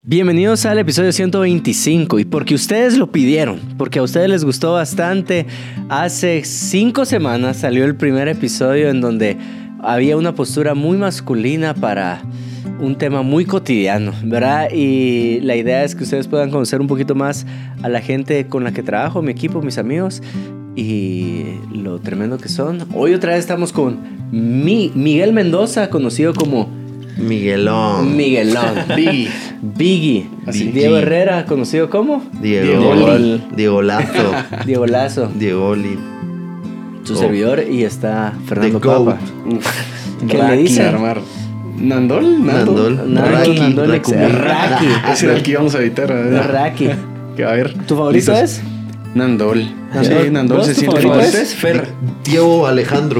Bienvenidos al episodio 125 y porque ustedes lo pidieron, porque a ustedes les gustó bastante, hace 5 semanas salió el primer episodio en donde había una postura muy masculina para un tema muy cotidiano, ¿verdad? Y la idea es que ustedes puedan conocer un poquito más a la gente con la que trabajo, mi equipo, mis amigos y lo tremendo que son. Hoy otra vez estamos con Miguel Mendoza, conocido como Miguelón. Biggie. Diego Herrera, conocido como Diego Lazo. Diego Lazo. Diego Oli. Su servidor, y está Fernando The Goat. Papa. ¿Qué le dicen? ¿Nandol? Raki. Ese era el que íbamos a evitar. Raki. Que a ver. ¿Tu favorito es? Nandol. Sí, Nandol se siente favorito igual. es? Fer. Diego Alejandro.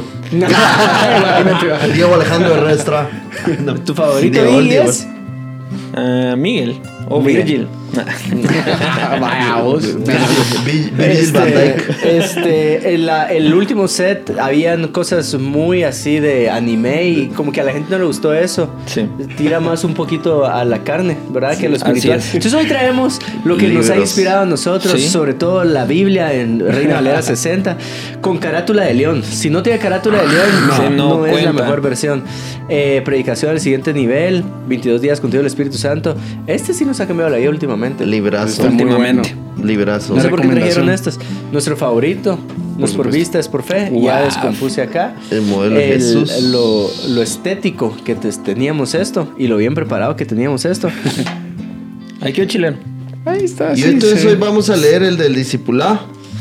Diego Alejandro Herrera. No. ¿Tu favorito Diego, Biggie Diego. es? Miguel o Miguel. Virgil. Vaya vos. Virgil van Dijk. El último set habían cosas muy así de anime y como que a la gente no le gustó eso. Sí. Tira más un poquito a la carne, ¿verdad? Que a lo así espiritual. es. Entonces hoy traemos lo que nos ha Libros. inspirado a nosotros, Sí. sobre todo la Biblia en Reina Valera 60, con carátula de león. Si no tiene carátula de león, Sí, no es la cuenta. mejor versión. Predicación al siguiente nivel, 22 días contigo el Espíritu Santo. Este sí nos ha cambiado la vida últimamente. Librazo. Está muy Últimamente. Librazo. No sé por qué recomendación. trajeron estas. Nuestro favorito, no es por supuesto. vista, es por fe. Wow. Ya descompuse acá. El modelo de Jesús. Lo estético que teníamos esto y lo bien preparado que teníamos esto. Hay que ir chileno. Ahí está. Y sí, entonces sí. hoy vamos a leer el del discipulado.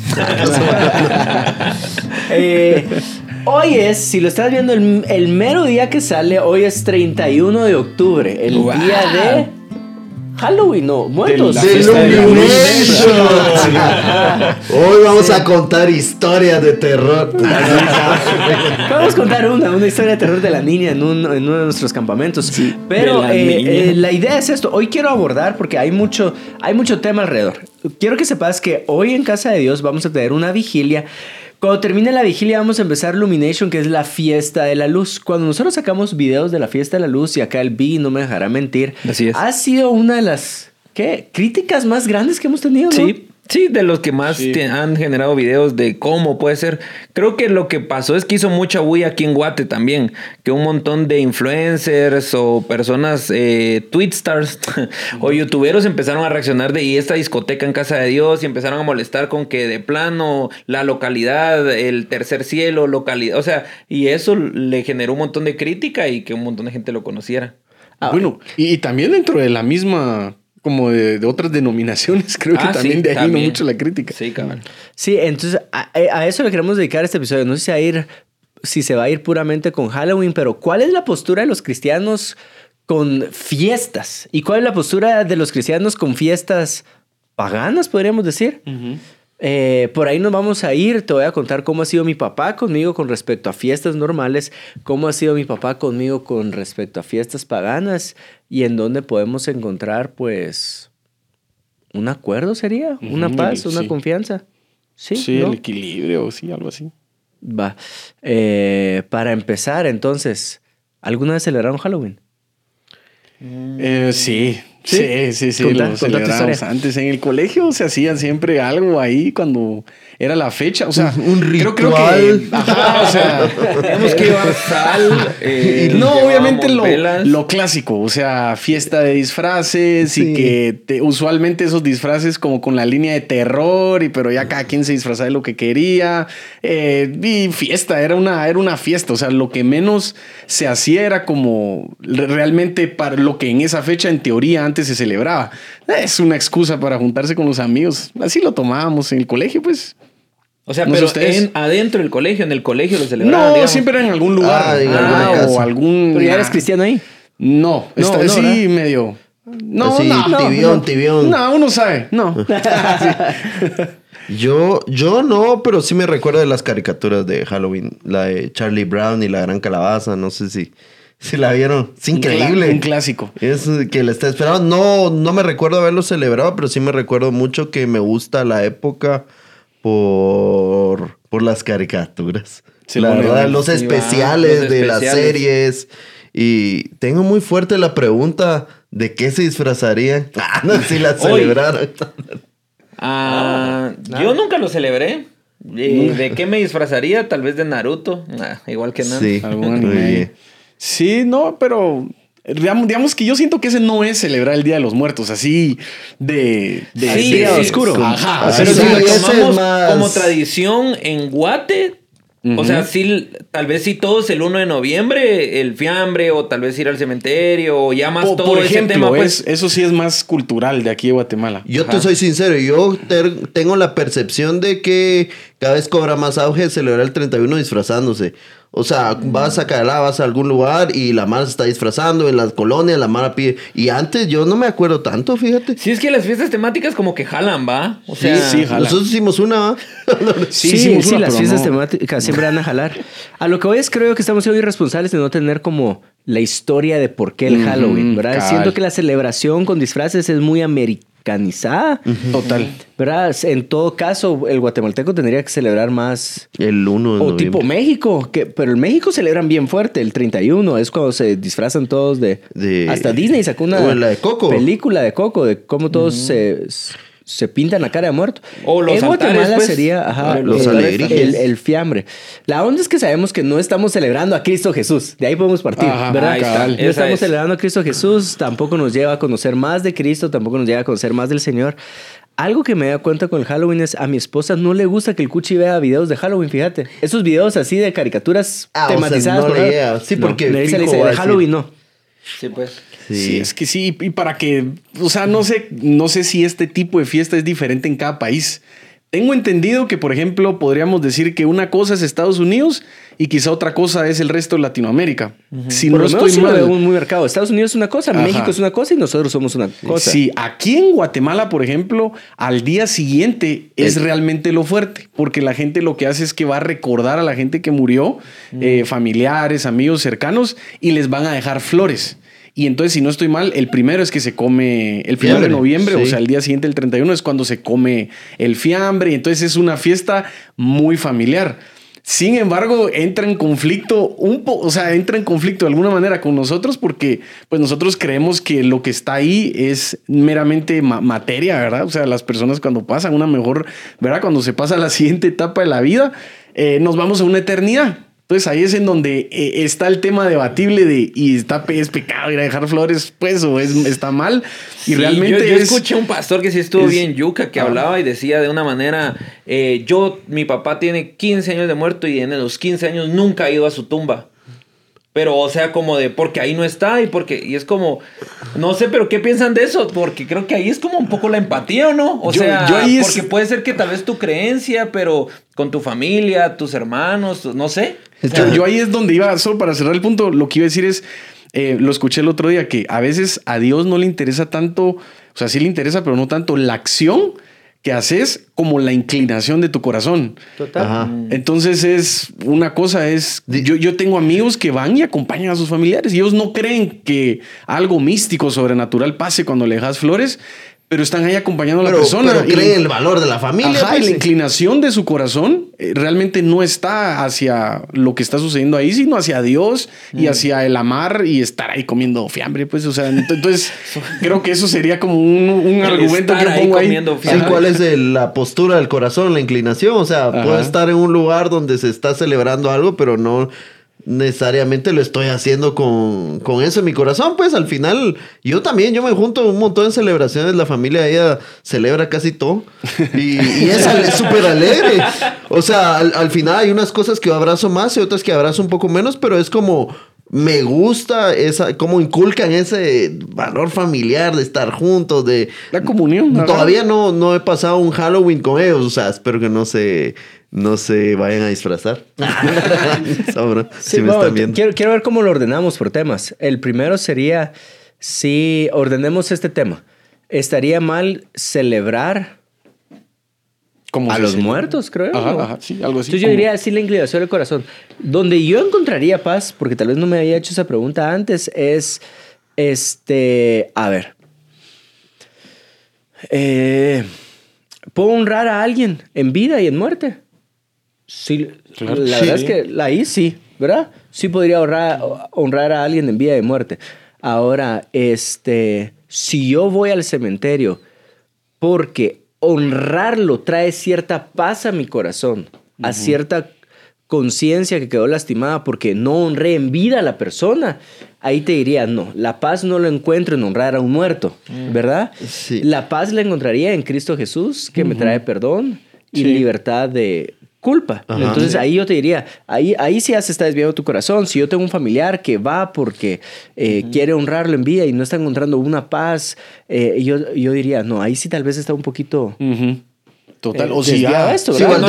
Hoy es, si lo estás viendo el mero día que sale, hoy es 31 de octubre, el Wow. día de Halloween, no, muertos. La ¡The fiesta de la Illumination! Hoy vamos a contar historias de terror. Vamos a contar una historia de terror de la niña en uno de nuestros campamentos. Pero de la niña. la idea es esto. Hoy quiero abordar, porque hay mucho tema alrededor. Quiero que sepas que hoy en Casa de Dios vamos a tener una vigilia. Cuando termine la vigilia vamos a empezar Illumination, que es la fiesta de la luz. Cuando nosotros sacamos videos de la fiesta de la luz, y acá el B no me dejará mentir, Así es. ha sido una de las críticas más grandes que hemos tenido, ¿no? Sí, de los que más Sí. han generado videos de cómo puede ser. Creo que lo que pasó es que hizo mucha bulla aquí en Guate también. Que un montón de influencers o personas, tweetstars o youtuberos empezaron a reaccionar y esta discoteca en Casa de Dios, y empezaron a molestar con que de plano la localidad, el tercer cielo, localidad. O sea, y eso le generó un montón de crítica y que un montón de gente lo conociera. Bueno, y también dentro de la misma, como de otras denominaciones, creo que también de ahí vino mucho la crítica. Sí, cabal. Sí, entonces a eso le queremos dedicar este episodio. No sé si se va a ir puramente con Halloween, pero ¿cuál es la postura de los cristianos con fiestas? ¿Y cuál es la postura de los cristianos con fiestas paganas, podríamos decir? Por ahí nos vamos a ir. Te voy a contar cómo ha sido mi papá conmigo con respecto a fiestas normales, cómo ha sido mi papá conmigo con respecto a fiestas paganas y en dónde podemos encontrar, pues, un acuerdo sería, una paz, sí. una confianza. Sí, Sí, ¿no? el equilibrio, sí, algo así. Va. Para empezar, entonces, ¿alguna vez celebraron Halloween? Sí. ¿Sí? Sí, Contá lo tu celebramos historia. antes. En el colegio se hacía siempre algo ahí cuando era la fecha. O sea, Un creo ritual. que. Ajá, o sea. Tenemos que llevar sal. No, obviamente llevábamos velas. lo clásico, o sea, fiesta de disfraces Sí. y que usualmente esos disfraces como con la línea de terror, pero ya cada quien se disfrazaba de lo que quería. Y fiesta, era una fiesta, o sea, lo que menos se hacía era como realmente para lo que en esa fecha en teoría antes se celebraba. Es una excusa para juntarse con los amigos, así lo tomábamos en el colegio, pues. O sea, No sé pero ustedes. adentro del colegio, en el colegio lo celebraban. No, digamos. siempre era en algún lugar. En alguna casa. O algún... ¿Pero ya eres cristiano ahí? No, No, está no, sí ¿verdad? medio. No, Así, no. tibión. No, uno sabe. No. Yo no, pero sí me recuerdo de las caricaturas de Halloween. La de Charlie Brown y la Gran Calabaza. No sé si la vieron. Es increíble. Un clásico. Es que la está esperando. No me recuerdo haberlo celebrado, pero sí me recuerdo mucho que me gusta la época por las caricaturas. Sí, la bueno, verdad, los sí, especiales los de las especiales. series. Y tengo muy fuerte la pregunta ¿De qué se disfrazarían? No, si la celebraron. Yo nunca lo celebré. ¿De qué me disfrazaría? Tal vez de Naruto. Igual que nada. Sí, Algún muy anime. bien. Sí, no, pero digamos que yo siento que ese no es celebrar el Día de los Muertos, así de día oscuro. Ajá. Pero Sí, si lo ese es tomamos más- como tradición en Guate, o sea, sí, tal vez sí todos el 1 de noviembre, el fiambre, o tal vez ir al cementerio, o ya más todo por ese ejemplo, tema, pues. eso sí es más cultural de aquí de Guatemala. Yo te soy sincero, yo tengo la percepción de que cada vez cobra más auge celebrar el 31 disfrazándose. O sea, vas a Calá, vas a algún lugar y la mara se está disfrazando, en las colonias la mara pide. Y antes yo no me acuerdo tanto, fíjate. Sí, es que las fiestas temáticas como que jalan, ¿va? O sea, Sí, jala. Nosotros hicimos una, ¿va? Sí, Sí, hicimos una, las pero fiestas no. temáticas siempre van a jalar. A lo que voy es, creo que estamos siendo irresponsables de no tener como la historia de por qué el Halloween, ¿verdad? cabal. Siento que la celebración con disfraces es muy americanizada, Total. ¿verdad? En todo caso, el guatemalteco tendría que celebrar más... El 1 de O noviembre. tipo México, pero en México celebran bien fuerte, el 31, es cuando se disfrazan todos de... Hasta Disney sacó una o la de Coco. película de Coco, de cómo todos se pintan la cara de muerto. O los en altares, Guatemala pues. sería Los alebrijes. el fiambre. La onda es que sabemos que no estamos celebrando a Cristo Jesús, de ahí podemos partir, Ajá, ¿verdad? ahí está. cabal. No Esa estamos es. celebrando a Cristo Jesús, tampoco nos lleva a conocer más de Cristo, tampoco nos lleva a conocer más del Señor. Algo que me da cuenta con el Halloween es a mi esposa no le gusta que el Cuchi vea videos de Halloween, fíjate. Esos videos así de caricaturas Ah, o sea, tematizadas. no por le ahí. llega. Sí, No, porque le dice, fijo de va a decir. Halloween no. Sí, pues. Sí, es que sí, y para que, o sea, no sé si este tipo de fiesta es diferente en cada país. Tengo entendido que, por ejemplo, podríamos decir que una cosa es Estados Unidos y quizá otra cosa es el resto de Latinoamérica. Si Por no lo menos estoy sí lo mal. veo muy marcado. Estados Unidos es una cosa, Ajá. México es una cosa y nosotros somos una cosa. Sí, aquí en Guatemala, por ejemplo, al día siguiente es realmente lo fuerte, porque la gente lo que hace es que va a recordar a la gente que murió, familiares, amigos cercanos, y les van a dejar flores. Y entonces, si no estoy mal, el primero es que se come el 1 de Fiambre, noviembre, sí. o sea, el día siguiente, el 31, es cuando se come el fiambre. Y entonces es una fiesta muy familiar. Sin embargo, entra en conflicto entra en conflicto de alguna manera con nosotros porque pues nosotros creemos que lo que está ahí es meramente materia, ¿verdad? O sea, las personas cuando pasan una mejor, ¿verdad? Cuando se pasa a la siguiente etapa de la vida, nos vamos a una eternidad. Entonces ahí es en donde está el tema debatible de y es pecado ir a dejar flores, pues, o está mal. Y Sí, realmente yo escuché un pastor que sí estuvo es- bien yuca, que hablaba y decía de una manera, mi papá tiene 15 años de muerto y en los 15 años nunca ha ido a su tumba. Pero, o sea, como de, porque ahí no está y es como, no sé, pero ¿qué piensan de eso? Porque creo que ahí es como un poco la empatía, ¿o no? O Yo sea, ahí porque puede ser que tal vez tu creencia, pero con tu familia, tus hermanos, no sé. Yo ahí es donde iba, solo para cerrar el punto, lo que iba a decir es, lo escuché el otro día, que a veces a Dios no le interesa tanto, o sea, sí le interesa, pero no tanto la acción que haces como la inclinación de tu corazón. Total. Ajá. Entonces es una cosa, yo tengo amigos que van y acompañan a sus familiares y ellos no creen que algo místico, sobrenatural pase cuando le dejas flores, pero están ahí acompañando a la persona. Pero Y creen la- el valor de la familia. Ajá, pues, y la sí. inclinación de su corazón realmente no está hacia lo que está sucediendo ahí, sino hacia Dios y hacia el amar y estar ahí comiendo fiambre, pues, o sea, entonces creo que eso sería como un El argumento que estar yo ahí pongo ahí. comiendo Sí, fiambre. ¿cuál es la postura del corazón, la inclinación? O sea, Ajá. puedo estar en un lugar donde se está celebrando algo, pero no necesariamente lo estoy haciendo con eso en mi corazón. Pues al final, yo me junto un montón en celebraciones. La familia ella celebra casi todo. Y es súper alegre. O sea, al final hay unas cosas que yo abrazo más y otras que abrazo un poco menos, pero es como... Me gusta cómo inculcan ese valor familiar de estar juntos, de... La comunión. ajá. Todavía no he pasado un Halloween con ellos, o sea, espero que no se vayan a disfrazar. Sobra, si me bueno, están viendo. quiero ver cómo lo ordenamos por temas. El primero sería, si ordenemos este tema, ¿estaría mal celebrar Como a se los celebra. muertos, creo? Ajá, ¿no? ajá, sí, algo así. Entonces yo como- diría así la inclinación del corazón. Donde yo encontraría paz, porque tal vez no me había hecho esa pregunta antes, es, a ver, ¿puedo honrar a alguien en vida y en muerte? Sí, Claro, la sí. verdad es que ahí sí, ¿verdad? Sí podría honrar a alguien en vida y en muerte. Ahora, si yo voy al cementerio porque honrarlo trae cierta paz a mi corazón, a cierta conciencia que quedó lastimada porque no honré en vida a la persona, ahí te diría, no, la paz no lo encuentro en honrar a un muerto, ¿verdad? Sí. La paz la encontraría en Cristo Jesús, que me trae perdón y libertad de culpa. Ajá. Entonces ahí yo te diría, ahí sí ya se está desviando tu corazón. Si yo tengo un familiar que va porque quiere honrarlo en vida y no está encontrando una paz, yo diría, no, ahí sí tal vez está un poquito... Total, o si desviado ya esto, Sí, ¿verdad?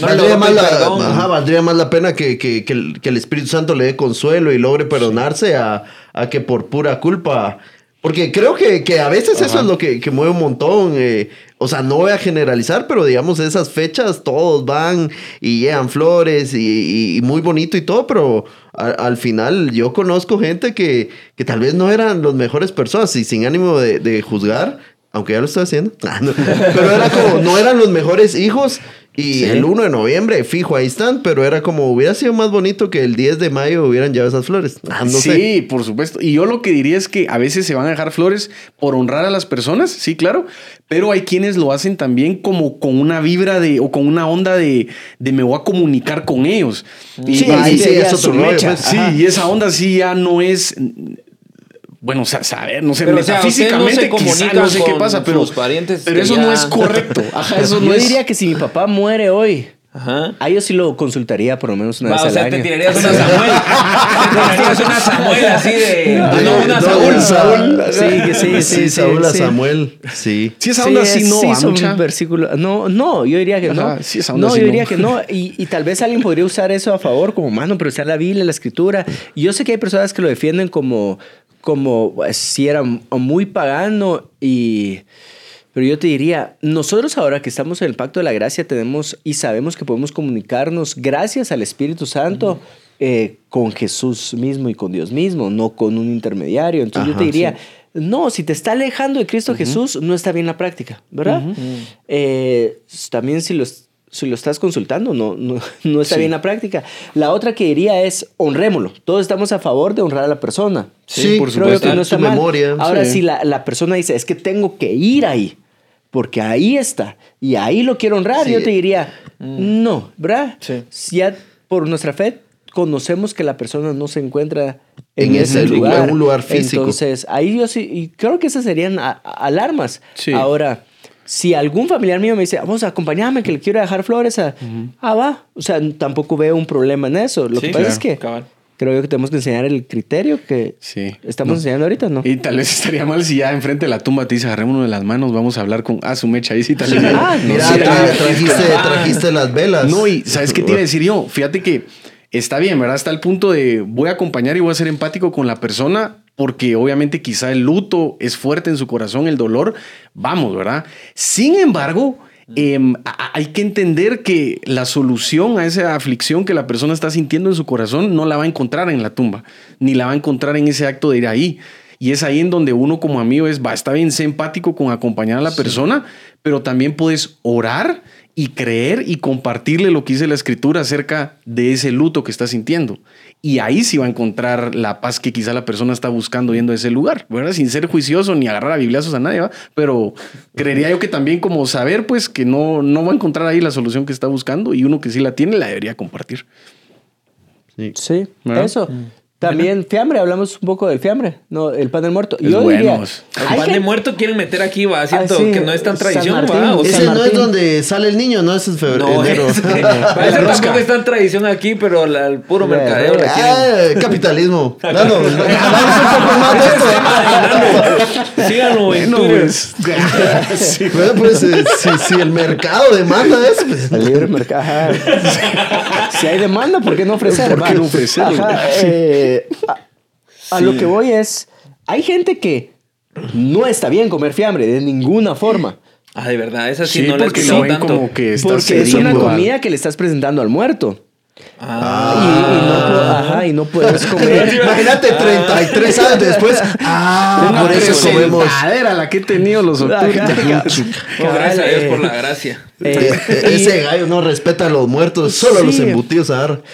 valdría más la pena que el Espíritu Santo le dé consuelo y logre perdonarse a que por pura culpa. Porque creo que a veces eso es lo que mueve un montón. O sea, no voy a generalizar, pero digamos, esas fechas todos van y llevan flores y muy bonito y todo, pero al final yo conozco gente que tal vez no eran las mejores personas y sin ánimo de juzgar. Aunque ya lo estoy haciendo. Pero era como, no eran los mejores hijos. Y el 1 de noviembre, fijo, ahí están. Pero era como, hubiera sido más bonito que el 10 de mayo hubieran llevado esas flores. No sé. Sí, por supuesto. Y yo lo que diría es que a veces se van a dejar flores por honrar a las personas, sí, claro. Pero hay quienes lo hacen también como con una vibra o con una onda de me voy a comunicar con ellos. Y Sí, ahí sí, es su otro rollo. mecha. Pues. Sí, Ajá. y esa onda sí ya no es... Bueno, saber, no sé, Pero, o sea, metafísicamente usted no se quizá comunica no sé qué con pasa, pero, sus parientes pero que eso ya- no es correcto. Ajá, eso no Yo es... diría que si mi papá muere hoy, Ajá. a yo sí lo consultaría por lo menos una Va, vez o al sea, año. te tirarías una Samuel. Te tirarías una Samuel así de... No, una Saúl. Saúl. Sí, Saúl a sí. Samuel. Sí. Sí, esa onda sí no va son mucha. versículos. No, yo diría que Ajá, no. sí, esa onda No, sí yo no. diría que no. Y tal vez alguien podría usar eso a favor, como mano, pero usar la Biblia, la Escritura. Y yo sé que hay personas que lo defienden como si era muy pagano pero yo te diría, nosotros ahora que estamos en el pacto de la gracia tenemos y sabemos que podemos comunicarnos gracias al Espíritu Santo con Jesús mismo y con Dios mismo, no con un intermediario. Entonces yo te diría, no, si te está alejando de Cristo Jesús, no está bien la práctica, ¿verdad? También si lo estás consultando, no está bien la práctica. La otra que diría es, honrémoslo. Todos estamos a favor de honrar a la persona. Sí, por Creo supuesto. que no está Su mal. memoria. Ahora, Sí. si la persona dice, es que tengo que ir ahí, porque ahí está, y ahí lo quiero honrar, Sí. yo te diría, no, ¿verdad? Sí. Si ya por nuestra fe conocemos que la persona no se encuentra en En ese ese lugar. en un lugar físico. Entonces, ahí yo sí, y creo que esas serían alarmas. Sí. Ahora, si algún familiar mío me dice, vamos, acompáñame que le quiero dejar flores va. O sea, tampoco veo un problema en eso. Lo Sí, que pasa claro, es que cabal. creo yo que tenemos que enseñar el criterio que Sí. estamos enseñando ahorita, ¿no? Y tal vez estaría mal si ya enfrente de la tumba te dice, agarrémonos de las manos, vamos a hablar con su mecha. Ahí sí tal vez. Mira, sí, trajiste las velas. No, y ¿sabes qué te iba a decir yo? Fíjate que está bien, ¿verdad? Está el punto de voy a acompañar y voy a ser empático con la persona porque obviamente quizá el luto es fuerte en su corazón, el dolor. Vamos, ¿verdad? Sin embargo, hay que entender que la solución a esa aflicción que la persona está sintiendo en su corazón no la va a encontrar en la tumba, ni la va a encontrar en ese acto de ir ahí. Y es ahí en donde uno como amigo está bien, sé empático con acompañar a la persona, pero también puedes orar y creer y compartirle lo que dice la escritura acerca de ese luto que está sintiendo. Y ahí sí va a encontrar la paz que quizá la persona está buscando yendo a ese lugar, ¿verdad? Sin ser juicioso ni agarrar a bibliazos a nadie, ¿va? Pero creería yo que también como saber pues que no va a encontrar ahí la solución que está buscando y uno que sí la tiene la debería compartir. Sí, ¿verdad? eso. También fiambre, hablamos un poco del fiambre, no, el pan del muerto. Es Yo bueno. diría, El hay pan de gente- muerto quieren meter aquí, va, siento sí, que no es tan San tradición, Martín. va. O sea, Ese San no es Martín. donde sale el niño, no, ese es febrero. no, enero. es que, parece tampoco es tan tradición aquí, pero el puro La mercadeo la quieren. Capitalismo. Nano, hablamos un poco más de esto. Síganlo en No, Twitter. pues, sí. Bueno, pues si el mercado demanda eso, pues, El libre mercado. Ajá. Si hay demanda, ¿por qué no ofrecer? ¿Por qué Va. no ofrecerlo? Ajá, a lo que voy es, hay gente que no está bien comer fiambre de ninguna forma. Ah, de verdad, esa sí, Sí, no la he porque escuchado lo ven tanto. como que está Porque es una cediendo comida que le estás presentando al muerto. Y no puedes comer. Imagínate 33 años después. Por eso comemos. Era la que he tenido los octubres. Gracias a Dios por la gracia. Ese gallo no respeta a los muertos, solo Sí. los embutidos a dar.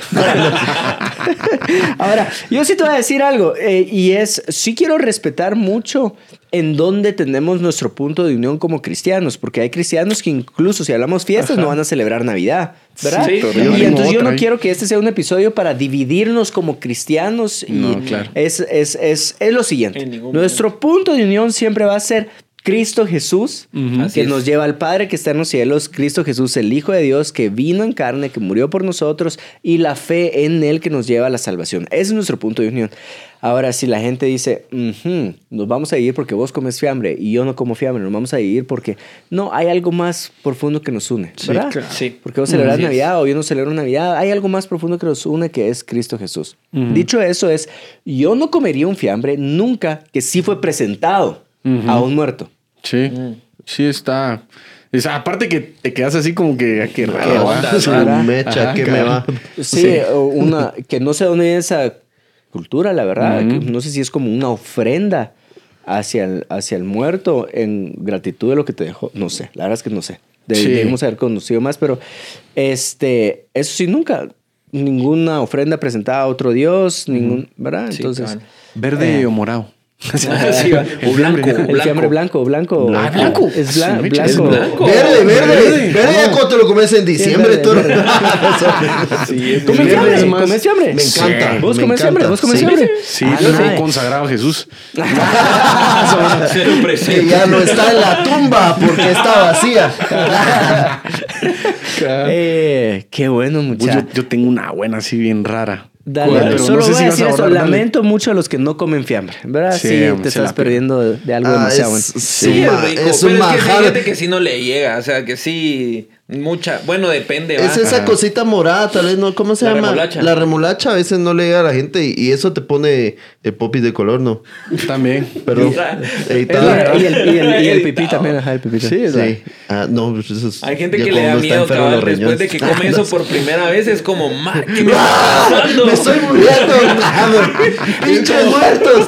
Ahora, yo sí te voy a decir algo, y es, sí quiero respetar mucho en dónde tenemos nuestro punto de unión como cristianos, porque hay cristianos que incluso si hablamos fiestas no van a celebrar Navidad, ¿verdad? Sí, pero Y yo entonces tengo yo no otra, quiero que este sea un episodio para dividirnos como cristianos. Y No, claro. es lo siguiente, En ningún nuestro punto de unión siempre va a ser Cristo Jesús, Así que es. nos lleva al Padre que está en los cielos, Cristo Jesús, el Hijo de Dios, que vino en carne, que murió por nosotros, y la fe en Él que nos lleva a la salvación. Ese es nuestro punto de unión. Ahora, si la gente dice, nos vamos a ir porque vos comes fiambre y yo no como fiambre, nos vamos a ir porque... No, hay algo más profundo que nos une, ¿verdad? claro. Sí. Porque vos celebras Así es. Navidad o yo no celebro Navidad. Hay algo más profundo que nos une, que es Cristo Jesús. Dicho eso es, yo no comería un fiambre nunca que sí fue presentado a un muerto. Sí, sí está. Aparte que te quedas así como que qué raro. ¿Qué ¿va? onda? Su Ajá. mecha, Ajá, que me va. Sí, una que no sé dónde viene esa cultura, la verdad. Que no sé si es como una ofrenda hacia el muerto en gratitud de lo que te dejó. No sé, la verdad es que no sé. Sí. Debemos haber conocido más, pero eso sí, nunca. Ninguna ofrenda presentada a otro dios, ¿verdad? Sí, Entonces, cabal. Verde o morado. Sí, va. O blanco. el fiambre blanco. Blanco. Es Sí, blanco. es blanco. Verde ya cuando te lo comes en diciembre. Sí, tú- verde. Sí, es ¿Comes verde fiambre? es más- ¿Comes fiambre? Me encanta. ¿Vos me comes encanta. fiambre? ¿Vos comes Sí. fiambre? Sí, Ah, yo no, soy consagrado a Jesús. Se lo Que presento. ya no está en la tumba porque está vacía. Qué bueno, Uy, muchacho. yo tengo una buena así bien rara. Dale, Pero solo no sé voy si a vas decir a eso. ahorrar, dale. Lamento mucho a los que no comen fiambre, ¿verdad? Sí, Sí, te se estás la pierden. perdiendo de algo demasiado bueno. Sí, es rico. es un Pero es que hay manjar. gente que sí no le llega. O sea, que sí. Bueno, depende. Es ¿va? esa cosita morada, tal vez, ¿no? ¿Cómo se La llama? remolacha. La remolacha a veces no le llega a la gente y eso te pone el popis de color, ¿no? También. Perdón. Es Editado. la- y el pipí Editado. también, ajá, el pipí. Sí, es la- Sí. No, pues eso es- Hay gente ya que le da cuando está miedo, enfermo de cabal, los después de que riñones. come eso por primera vez. Es como, ¿qué me está pasando? ¡Me estoy muriendo! ¡Pinches muertos!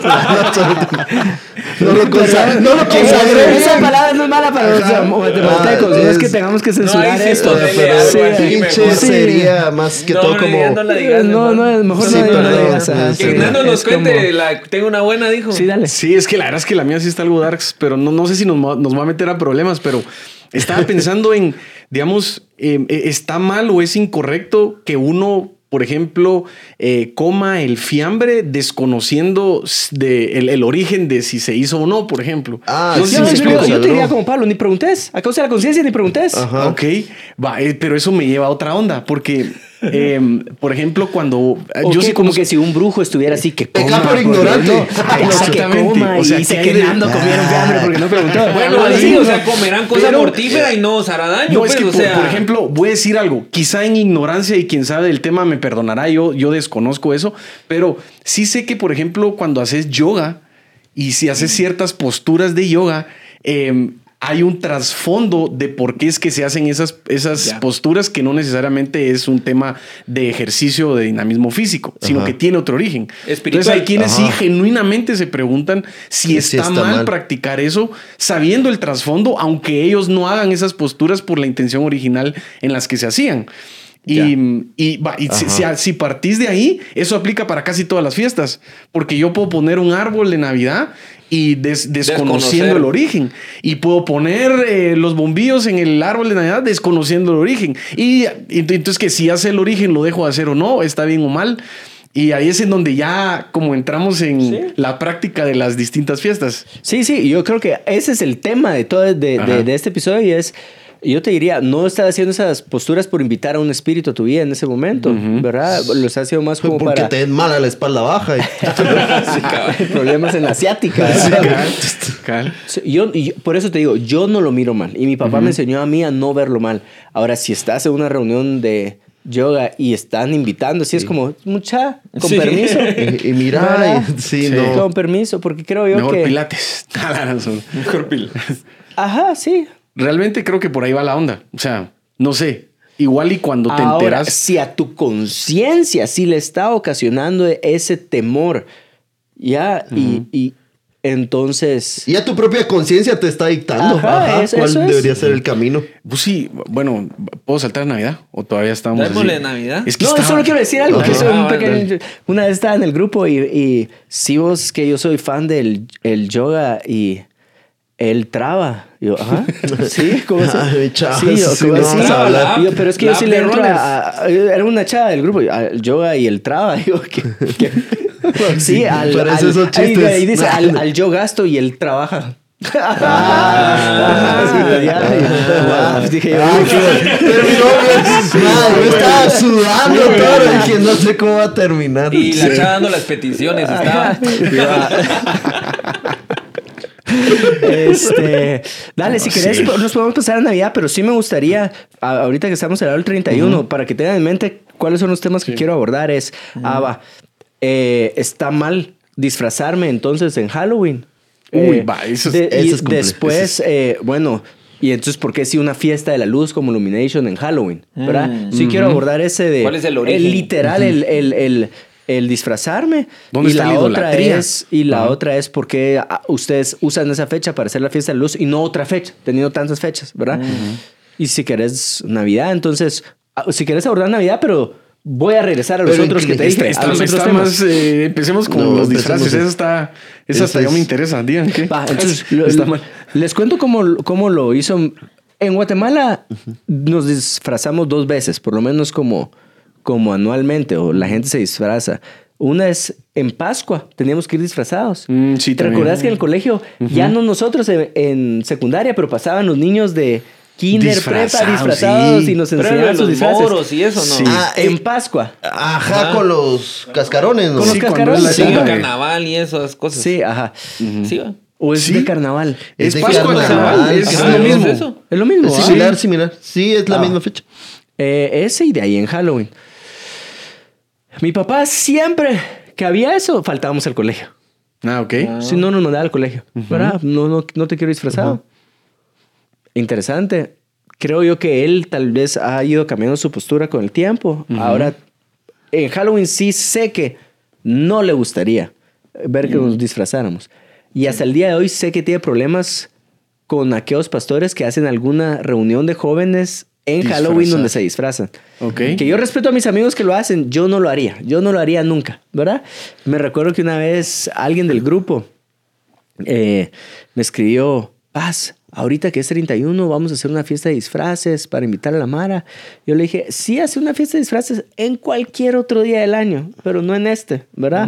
No lo consagré. Esa palabra no es mala para los guatemaltecos. No es que es- tengamos que censurar No, ahí sí, esto. ponele Pero algo sí, así, Pinche mejor. sería más que todo como... No la digas, No, hermano. mejor Sí, no perdón. lo digas. ajá, Sí, Que sí, Nando nos es como- cuente, tengo una buena, dijo. Sí, dale. Sí, es que la verdad es que la mía sí está algo darks, pero no sé si nos va a meter a problemas, pero estaba pensando en, digamos, ¿está mal o es incorrecto que uno, por ejemplo, coma el fiambre desconociendo el origen de si se hizo o no, por ejemplo? Ah, No sé sí, si me sí, explico. Yo te diría consagró. como Pablo, ni preguntes. A causa de la conciencia, ni preguntes. Ajá. Ok, va, pero eso me lleva a otra onda, porque, por ejemplo, cuando O yo que sí como conozco... que si un brujo estuviera así, que Peca coma. por porque ignorante. no, que Exactamente. coma O sea, y dice que que hay de- Nando comieron fiambre porque no preguntó. Bueno, Algo sí, así, o sea, ¿no? comerán cosa Pero- mortífera y no os hará daño. No, pues, es que, o sea, por ejemplo, voy a decir algo. Quizá en ignorancia y quien sabe del tema me perdonará. Yo desconozco eso. Pero sí sé que, por ejemplo, cuando haces yoga y si haces ciertas posturas de yoga, hay un trasfondo de por qué es que se hacen esas Ya. posturas que no necesariamente es un tema de ejercicio o de dinamismo físico, sino Ajá. que tiene otro origen. Espiritual. Entonces hay quienes sí Ajá. genuinamente se preguntan si Sí, está, está mal mal. practicar eso, sabiendo el trasfondo, aunque ellos no hagan esas posturas por la intención original en las que se hacían. Si partís de ahí, eso aplica para casi todas las fiestas, porque yo puedo poner un árbol de Navidad y desconociendo Desconocer. el origen, y puedo poner los bombillos en el árbol de Navidad desconociendo el origen, y entonces que si hace el origen lo dejo de hacer o no, está bien o mal. Y ahí es en donde ya como entramos en la práctica de las distintas fiestas. Sí, yo creo que ese es el tema de todo de este episodio y es, yo te diría, no estás haciendo esas posturas por invitar a un espíritu a tu vida en ese momento, ¿verdad? Lo estás haciendo más como Porque para te den mal a la espalda baja. problemas en la asiática. Sí, yo por eso te digo, yo no lo miro mal y mi papá me enseñó a mí a no verlo mal. Ahora, si estás en una reunión de yoga y están invitando, sí es como, mucha, con Sí. permiso. Y mira, ¿Verdad? sí, Sí. no. Con permiso, porque creo yo Mejor que... pilates. mejor pilates. Ajá, sí. Realmente creo que por ahí va la onda. O sea, no sé. Igual y cuando te Ahora, enteras. si a tu conciencia sí le está ocasionando ese temor, ya, y entonces... Y a tu propia conciencia te está dictando. Ajá, eso cuál es. debería ser el camino. Pues sí, bueno, ¿puedo saltar Navidad? ¿O todavía estamos Démosle así? Navidad. Es que No, estaba- solo quiero decir algo. Que Ajá. soy un Ah, pequeño- una vez estaba en el grupo y sí, vos, que yo soy fan del el yoga y él traba. Yo, ajá. Sí, ¿cómo se Ay, chava, Sí, yo, sí, ¿cómo no así? vamos a hablar. Yo, pero es que yo La sí app le de entro runners. era una chava del grupo, al yoga y el traba. Yo, sí, Parece esos chistes. ahí dice, al yo gasto y él trabaja. Sí, dije yo, Terminó bien. Yo estaba sudando todo. Dije, no sé cómo va a terminar. Y la chava dando las peticiones. Estaba... Dale, si querés, nos podemos pasar a Navidad, pero sí me gustaría, ahorita que estamos al 31, para que tengan en mente cuáles son los temas que quiero abordar. Está mal disfrazarme entonces en Halloween. Uy, va, eso es- y eso es complejo. después, bueno, y entonces, ¿por qué si una fiesta de la luz como Illumination en Halloween? ¿Verdad? Sí quiero abordar ese de... ¿Cuál es el origen? literal, el disfrazarme. ¿Dónde y está la la otra idolatría? es otra es por qué ustedes usan esa fecha para hacer la fiesta de la luz y no otra fecha, teniendo tantas fechas, ¿verdad? Y si querés Navidad, entonces, si querés abordar Navidad, pero voy a regresar a los Pero otros que te dije. Está a los otros está temas. más, empecemos con No, los disfraces. empecemos. Esa hasta Ese yo me es- interesa. Digan qué. Va, entonces, Está mal. les cuento cómo lo hizo. En Guatemala nos disfrazamos 2 veces, por lo menos como anualmente, o la gente se disfraza. Una es en Pascua, teníamos que ir disfrazados. Sí, ¿Te también. recordás que en el colegio, ya no nosotros en secundaria, pero pasaban los niños de kinder, prepa, disfrazados sí. y nos Pero enseñaban de sus los disfraces? moros y eso, ¿no? Sí. En Pascua. Ajá, con los cascarones, ¿no? Con los Sí, cuando cascarones. es la Sí, época de- carnaval y esas cosas. Sí, ajá. Sí, va. O es Sí. de carnaval. Es de Pascua, carnaval, es creo. lo mismo. ¿Es eso? Es lo mismo. Es ¿ah? similar, similar. Sí, es la Ah. misma fecha. Ese y de ahí en Halloween. Mi papá siempre que había eso, faltábamos al colegio. Ah, ok. Si no nos mandaba al colegio. ¿Verdad? No te quiero disfrazado. Interesante. Creo yo que él tal vez ha ido cambiando su postura con el tiempo. Ahora, en Halloween sí sé que no le gustaría ver que nos disfrazáramos. Y hasta el día de hoy sé que tiene problemas con aquellos pastores que hacen alguna reunión de jóvenes en Halloween Disfrazar. donde se disfrazan. Ok. Que yo respeto a mis amigos que lo hacen, yo no lo haría. Yo no lo haría nunca, ¿verdad? Me recuerdo que una vez alguien del grupo me escribió, Paz, ahorita que es 31 vamos a hacer una fiesta de disfraces para invitar a la Mara. Yo le dije, sí, hace una fiesta de disfraces en cualquier otro día del año, pero no en este, ¿verdad?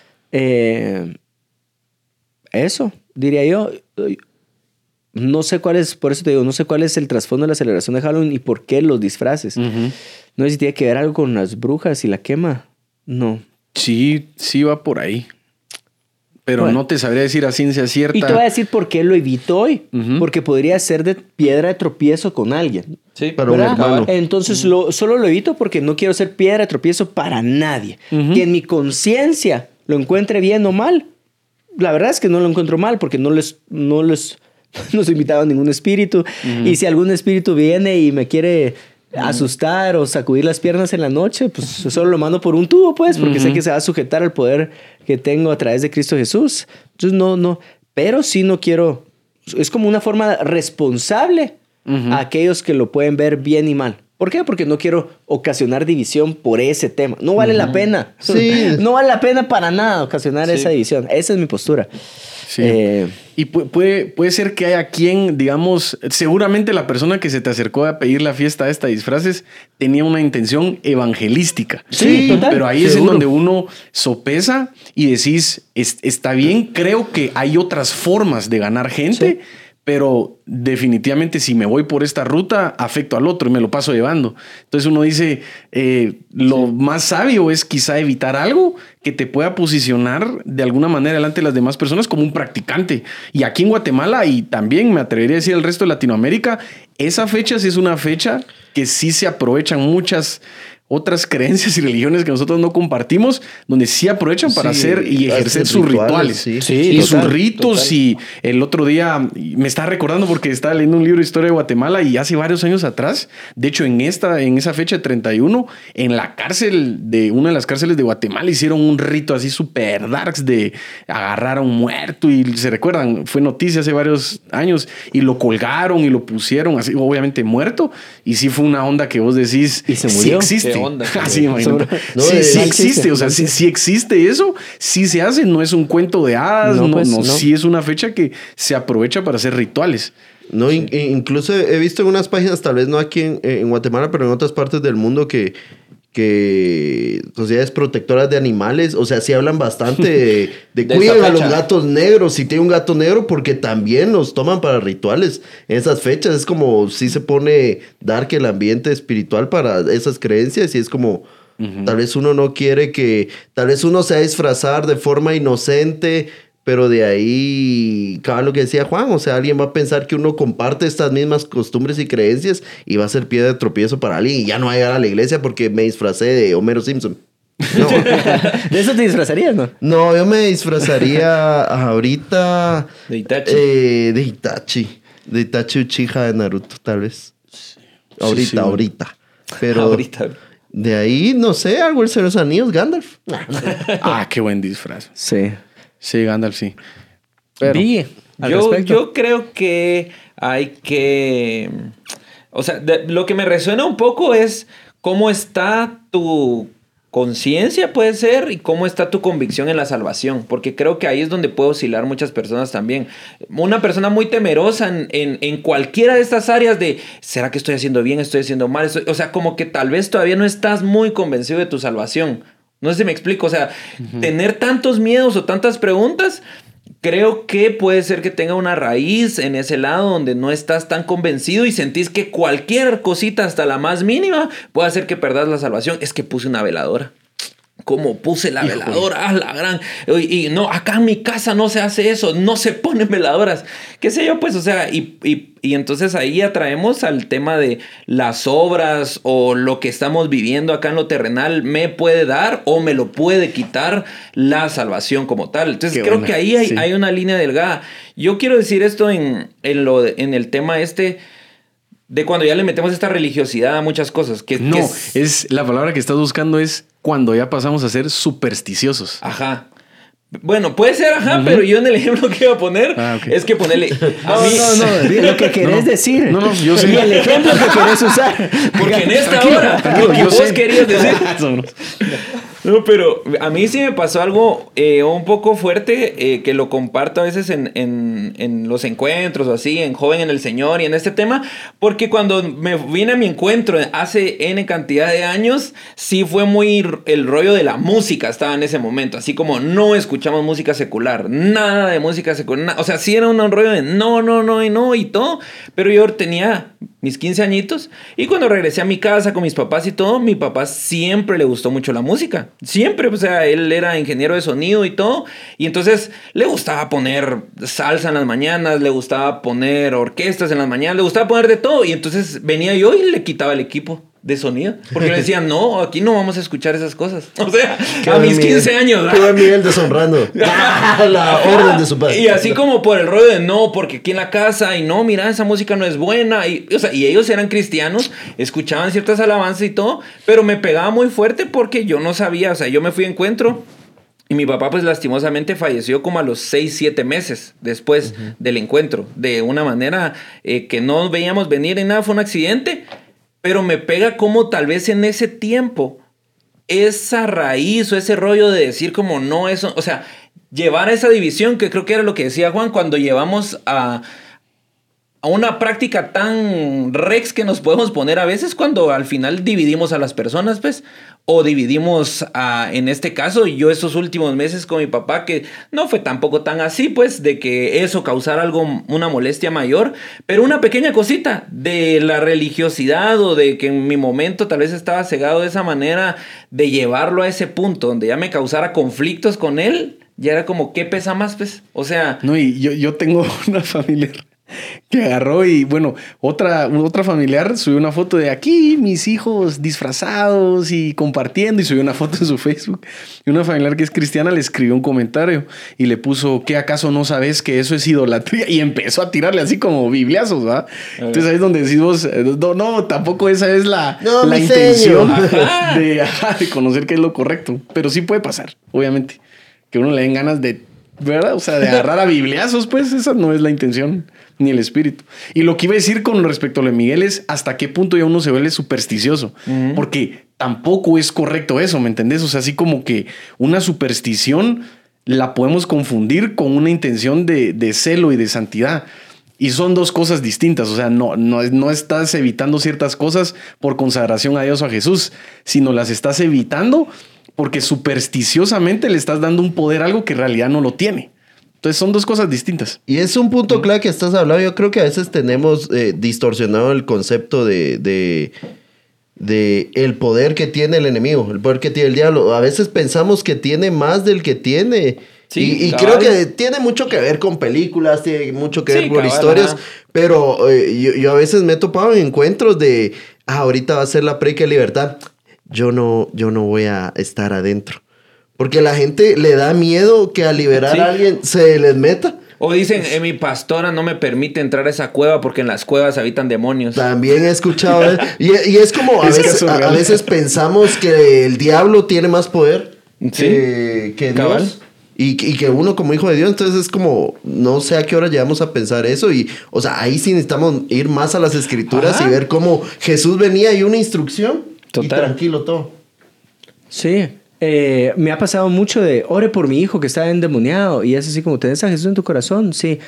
Eso, diría yo. No sé cuál es, por eso te digo, no sé cuál es el trasfondo de la celebración de Halloween y por qué los disfraces. No sé si tiene que ver algo con las brujas y la quema. No. Sí, sí va por ahí. Pero Bueno. no te sabría decir a ciencia cierta. Y te voy a decir por qué lo evito hoy. Porque podría ser de piedra de tropiezo con alguien. Sí, Para un ¿verdad? hermano. Entonces solo lo evito porque no quiero ser piedra de tropiezo para nadie. Que en mi conciencia lo encuentre bien o mal. La verdad es que no lo encuentro mal porque no les invitaba a ningún espíritu. Y si algún espíritu viene y me quiere asustar o sacudir las piernas en la noche, pues solo lo mando por un tubo, pues, porque sé que se va a sujetar al poder que tengo a través de Cristo Jesús. Entonces no, pero sí no quiero, es como una forma responsable a aquellos que lo pueden ver bien y mal. ¿Por qué? Porque no quiero ocasionar división por ese tema. No vale la pena. Sí. No vale la pena para nada ocasionar esa división. Esa es mi postura. Sí. Y puede ser que haya quien, digamos, seguramente la persona que se te acercó a pedir la fiesta esta de disfraces tenía una intención evangelística. Sí, total. Pero ahí es en Seguro. donde uno sopesa y decís, está bien, creo que hay otras formas de ganar gente. Sí. Pero definitivamente si me voy por esta ruta, afecto al otro y me lo paso llevando. Entonces uno dice, lo más sabio es quizá evitar algo que te pueda posicionar de alguna manera delante de las demás personas como un practicante. Y aquí en Guatemala, y también me atrevería a decir el resto de Latinoamérica, esa fecha sí es una fecha que sí se aprovechan muchas otras creencias y religiones que nosotros no compartimos, donde sí aprovechan para Sí, hacer y ejercer hacen sus rituales, rituales. sí. Y total, sus ritos. total. Y el otro día me estaba recordando porque estaba leyendo un libro de historia de Guatemala y hace varios años atrás, de hecho en esa fecha de 31, en la cárcel de una de las cárceles de Guatemala hicieron un rito así súper darks de agarrar a un muerto y se recuerdan, fue noticia hace varios años y lo colgaron y lo pusieron así, obviamente muerto, y sí fue una onda que vos decís, ¿Y se sí murió? existe. ¿Qué onda? Así, imagínate. No, Sí, sí no existe, o sea, sí existe eso, sí se hace, no es un cuento de hadas, No, no, pues, no, no. sí es una fecha que se aprovecha para hacer rituales. No, incluso he visto en unas páginas, tal vez no aquí en Guatemala, pero en otras partes del mundo que sociedades protectoras de animales, o sea, sí hablan bastante de De cuiden esa a los fecha. gatos negros, si tiene un gato negro, porque también los toman para rituales en esas fechas. Es como si se pone dark el ambiente espiritual para esas creencias y es como... Tal vez uno no quiere tal vez uno se va a disfrazar de forma inocente, pero de ahí, cabal lo que decía Juan, o sea, alguien va a pensar que uno comparte estas mismas costumbres y creencias y va a ser piedra de tropiezo para alguien y ya no va a llegar a la iglesia porque me disfracé de Homero Simpson. No, De eso te disfrazarías, ¿no? no, yo me disfrazaría ahorita De Itachi. de Itachi Uchiha de Naruto, tal vez. Ahorita, sí. ahorita. Pero Ahorita. de ahí, no sé, algo el Señor de los Anillos, Gandalf. Ah, qué buen disfraz. Sí. Sí, Gandalf, sí. Pero, Vi al respecto. Yo creo que hay que... O sea, lo que me resuena un poco es cómo está tu conciencia, puede ser, y cómo está tu convicción en la salvación. Porque creo que ahí es donde puede oscilar muchas personas también. Una persona muy temerosa en cualquiera de estas áreas de, ¿será que estoy haciendo bien? ¿Estoy haciendo mal? O sea, como que tal vez todavía no estás muy convencido de tu salvación. No sé si me explico. O sea, tener tantos miedos o tantas preguntas, creo que puede ser que tenga una raíz en ese lado donde no estás tan convencido y sentís que cualquier cosita, hasta la más mínima, puede hacer que perdas la salvación. Es que puse una veladora. Como puse la veladora, la gran. Y no, acá en mi casa no se hace eso, no se ponen veladoras. Qué sé yo, pues, o sea, y entonces ahí atraemos al tema de las obras o lo que estamos viviendo acá en lo terrenal, me puede dar o me lo puede quitar la salvación como tal. Entonces Qué creo buena, que ahí sí. hay una línea delgada. Yo quiero decir esto en el tema este. De cuando ya le metemos esta religiosidad a muchas cosas. no, es la palabra que estás buscando es cuando ya pasamos a ser supersticiosos. Ajá. Bueno, puede ser, pero yo en el ejemplo que iba a poner ok. es que ponerle... No, lo que querés decir. No, yo sé. Y el ejemplo que querés usar. Porque en esta Tranquilo, hora, tranquilo, lo que yo vos sé. querías decir... Vámonos. No, pero a mí sí me pasó algo un poco fuerte que lo comparto a veces en los encuentros o así, en Joven en el Señor y en este tema, porque cuando me vine a mi encuentro hace N cantidad de años, sí fue muy el rollo de la música, estaba en ese momento, así como no escuchamos música secular, nada de música secular, o sea, sí era un rollo de no y todo, pero yo tenía mis 15 añitos y cuando regresé a mi casa con mis papás y todo, mi papá siempre le gustó mucho la música. Siempre, o sea, él era ingeniero de sonido y todo. Y entonces le gustaba poner salsa en las mañanas, le gustaba poner orquestas en las mañanas, le gustaba poner de todo. Y entonces venía yo y le quitaba el equipo de sonido. Porque le decían, no, aquí no vamos a escuchar esas cosas. O sea, a mis 15 años. Qué buen Miguel deshonrando la orden de su padre. Y así como por el rollo de no, porque aquí en la casa, y no, mira, esa música no es buena. O sea, y ellos eran cristianos, escuchaban ciertas alabanzas y todo, pero me pegaba muy fuerte porque yo no sabía, o sea, yo me fui a encuentro. Y mi papá, pues, lastimosamente falleció como a los 6, 7 meses después del encuentro. De una manera que no veíamos venir ni nada, fue un accidente. Pero me pega como tal vez en ese tiempo, esa raíz o ese rollo de decir como no, eso, o sea, llevar a esa división, que creo que era lo que decía Juan, cuando llevamos a una práctica tan rex que nos podemos poner a veces cuando al final dividimos a las personas, pues, o dividimos en este caso, yo estos últimos meses con mi papá, que no fue tampoco tan así, pues, de que eso causara algo, una molestia mayor, pero una pequeña cosita de la religiosidad o de que en mi momento tal vez estaba cegado de esa manera, de llevarlo a ese punto donde ya me causara conflictos con él, ya era como, ¿qué pesa más, pues? O sea... No, y yo tengo una familiar Que agarró y bueno, otra familiar subió una foto de aquí, mis hijos disfrazados y compartiendo, y subió una foto en su Facebook. Y una familiar que es cristiana le escribió un comentario y le puso, ¿qué acaso no sabes que eso es idolatría? Y empezó a tirarle así como bibliazos, ¿va? Entonces ahí es donde decís vos, no, tampoco esa es la intención de conocer qué es lo correcto. Pero sí puede pasar, obviamente. Que uno le den ganas de, ¿verdad? O sea, de agarrar a bibliazos, pues esa no es la intención. Ni el espíritu. Y lo que iba a decir con respecto a lo de Miguel es hasta qué punto ya uno se vuelve supersticioso. Porque tampoco es correcto eso, ¿me entendés? O sea, así como que una superstición la podemos confundir con una intención de celo y de santidad. Y son dos cosas distintas. O sea, no estás evitando ciertas cosas por consagración a Dios o a Jesús, sino las estás evitando porque supersticiosamente le estás dando un poder a algo que en realidad no lo tiene. Entonces son dos cosas distintas. Y es un punto clave que estás hablando. Yo creo que a veces tenemos distorsionado el concepto de el poder que tiene el enemigo, el poder que tiene el diablo. A veces pensamos que tiene más del que tiene. Sí, y creo que tiene mucho que ver con películas, tiene mucho que ver con historias. Pero yo a veces me he topado en encuentros de, ahorita va a ser la predica de libertad. Yo no voy a estar adentro. Porque la gente le da miedo que al liberar a alguien se les meta. O dicen, mi pastora no me permite entrar a esa cueva porque en las cuevas habitan demonios. También he escuchado. Y es como a veces pensamos que el diablo tiene más poder que Dios. Y que uno como hijo de Dios. Entonces es como, no sé a qué hora llegamos a pensar eso. Y, o sea, ahí sí necesitamos ir más a las escrituras y ver cómo Jesús venía y una instrucción. Total. Y tranquilo todo. Sí. Me ha pasado mucho de ore por mi hijo que está endemoniado y es así como tenés a Jesús en tu corazón, sí,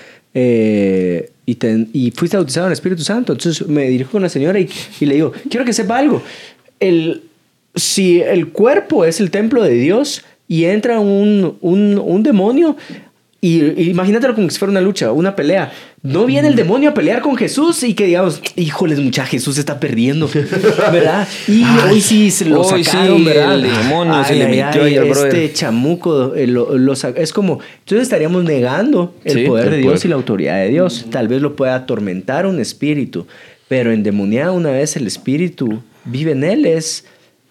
y fuiste bautizado en el Espíritu Santo. Entonces me dirijo con la señora y le digo, quiero que sepa algo, si el cuerpo es el templo de Dios y entra un demonio, y imagínatelo como si fuera una lucha, una pelea. No viene el demonio a pelear con Jesús y que digamos, híjoles, mucha, Jesús está perdiendo, ¿verdad? Y hoy sí se lo sacaron, sí, ¿verdad? El demonio se le metió ahí al brother. Chamuco es como, entonces estaríamos negando el poder de Dios y la autoridad de Dios. Tal vez lo pueda atormentar un espíritu, pero endemoniado una vez el espíritu vive en él es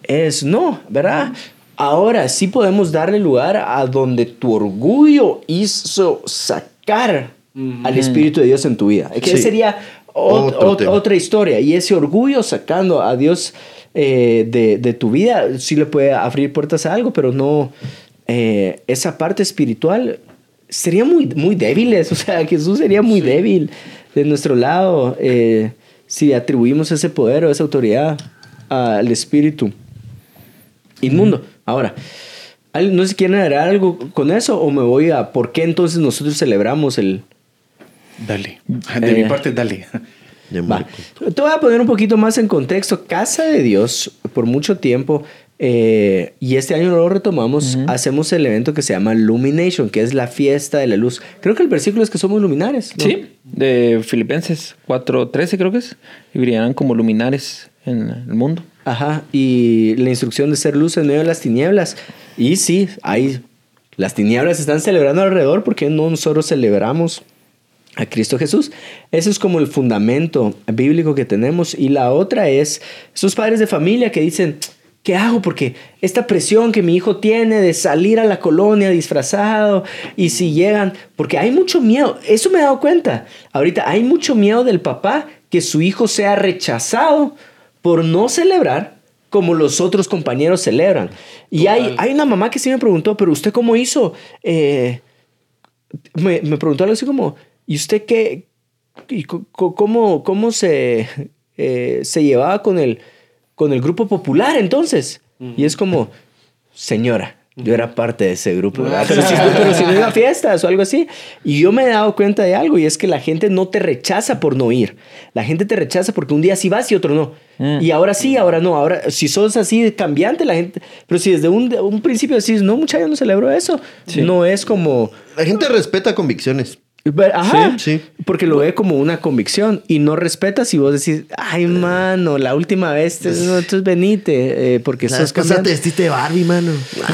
no, ¿verdad? Ahora sí podemos darle lugar a donde tu orgullo hizo sacar al Espíritu de Dios en tu vida. Que sería otra historia. Y ese orgullo sacando a Dios de tu vida sí le puede abrir puertas a algo, pero no esa parte espiritual sería muy, muy débiles. O sea, Jesús sería muy débil de nuestro lado si atribuimos ese poder o esa autoridad al Espíritu inmundo. Ahora, no sé si quieren agregar algo con eso o me voy a por qué entonces nosotros celebramos el... Dale. De mi parte, dale. Te voy a poner un poquito más en contexto. Casa de Dios, por mucho tiempo, y este año lo retomamos, hacemos el evento que se llama Lumination, que es la fiesta de la luz. Creo que el versículo es que somos luminares, ¿no? Sí, de Filipenses 4:13 creo que es. Y brillarán como luminares en el mundo. Ajá, y la instrucción de ser luz en medio de las tinieblas. Y sí, las tinieblas se están celebrando alrededor porque no nosotros celebramos a Cristo Jesús. Ese es como el fundamento bíblico que tenemos. Y la otra es esos padres de familia que dicen, ¿qué hago? Porque esta presión que mi hijo tiene de salir a la colonia disfrazado y si llegan, porque hay mucho miedo. Eso me he dado cuenta. Ahorita hay mucho miedo del papá que su hijo sea rechazado por no celebrar como los otros compañeros celebran. Y hay una mamá que sí me preguntó, ¿pero usted cómo hizo? Me preguntó algo así como, ¿y usted qué? ¿Y cómo se llevaba con el grupo popular entonces? Y es como, señora, yo era parte de ese grupo, ¿verdad? Pero si no iba a fiestas o algo así. Y yo me he dado cuenta de algo, y es que la gente no te rechaza por no ir. La gente te rechaza porque un día sí vas y otro no. Y ahora sí, ahora no. Ahora, si sos así cambiante, la gente... Pero si desde un principio decís, no, muchacho, no celebro eso. Sí. No es como... La gente respeta convicciones. Ajá, Sí. porque lo ve como una convicción y no respetas y vos decís, ay, mano, la última vez, entonces venite, porque La sos vez pasada te cambiante. vestiste de Barbie, mano.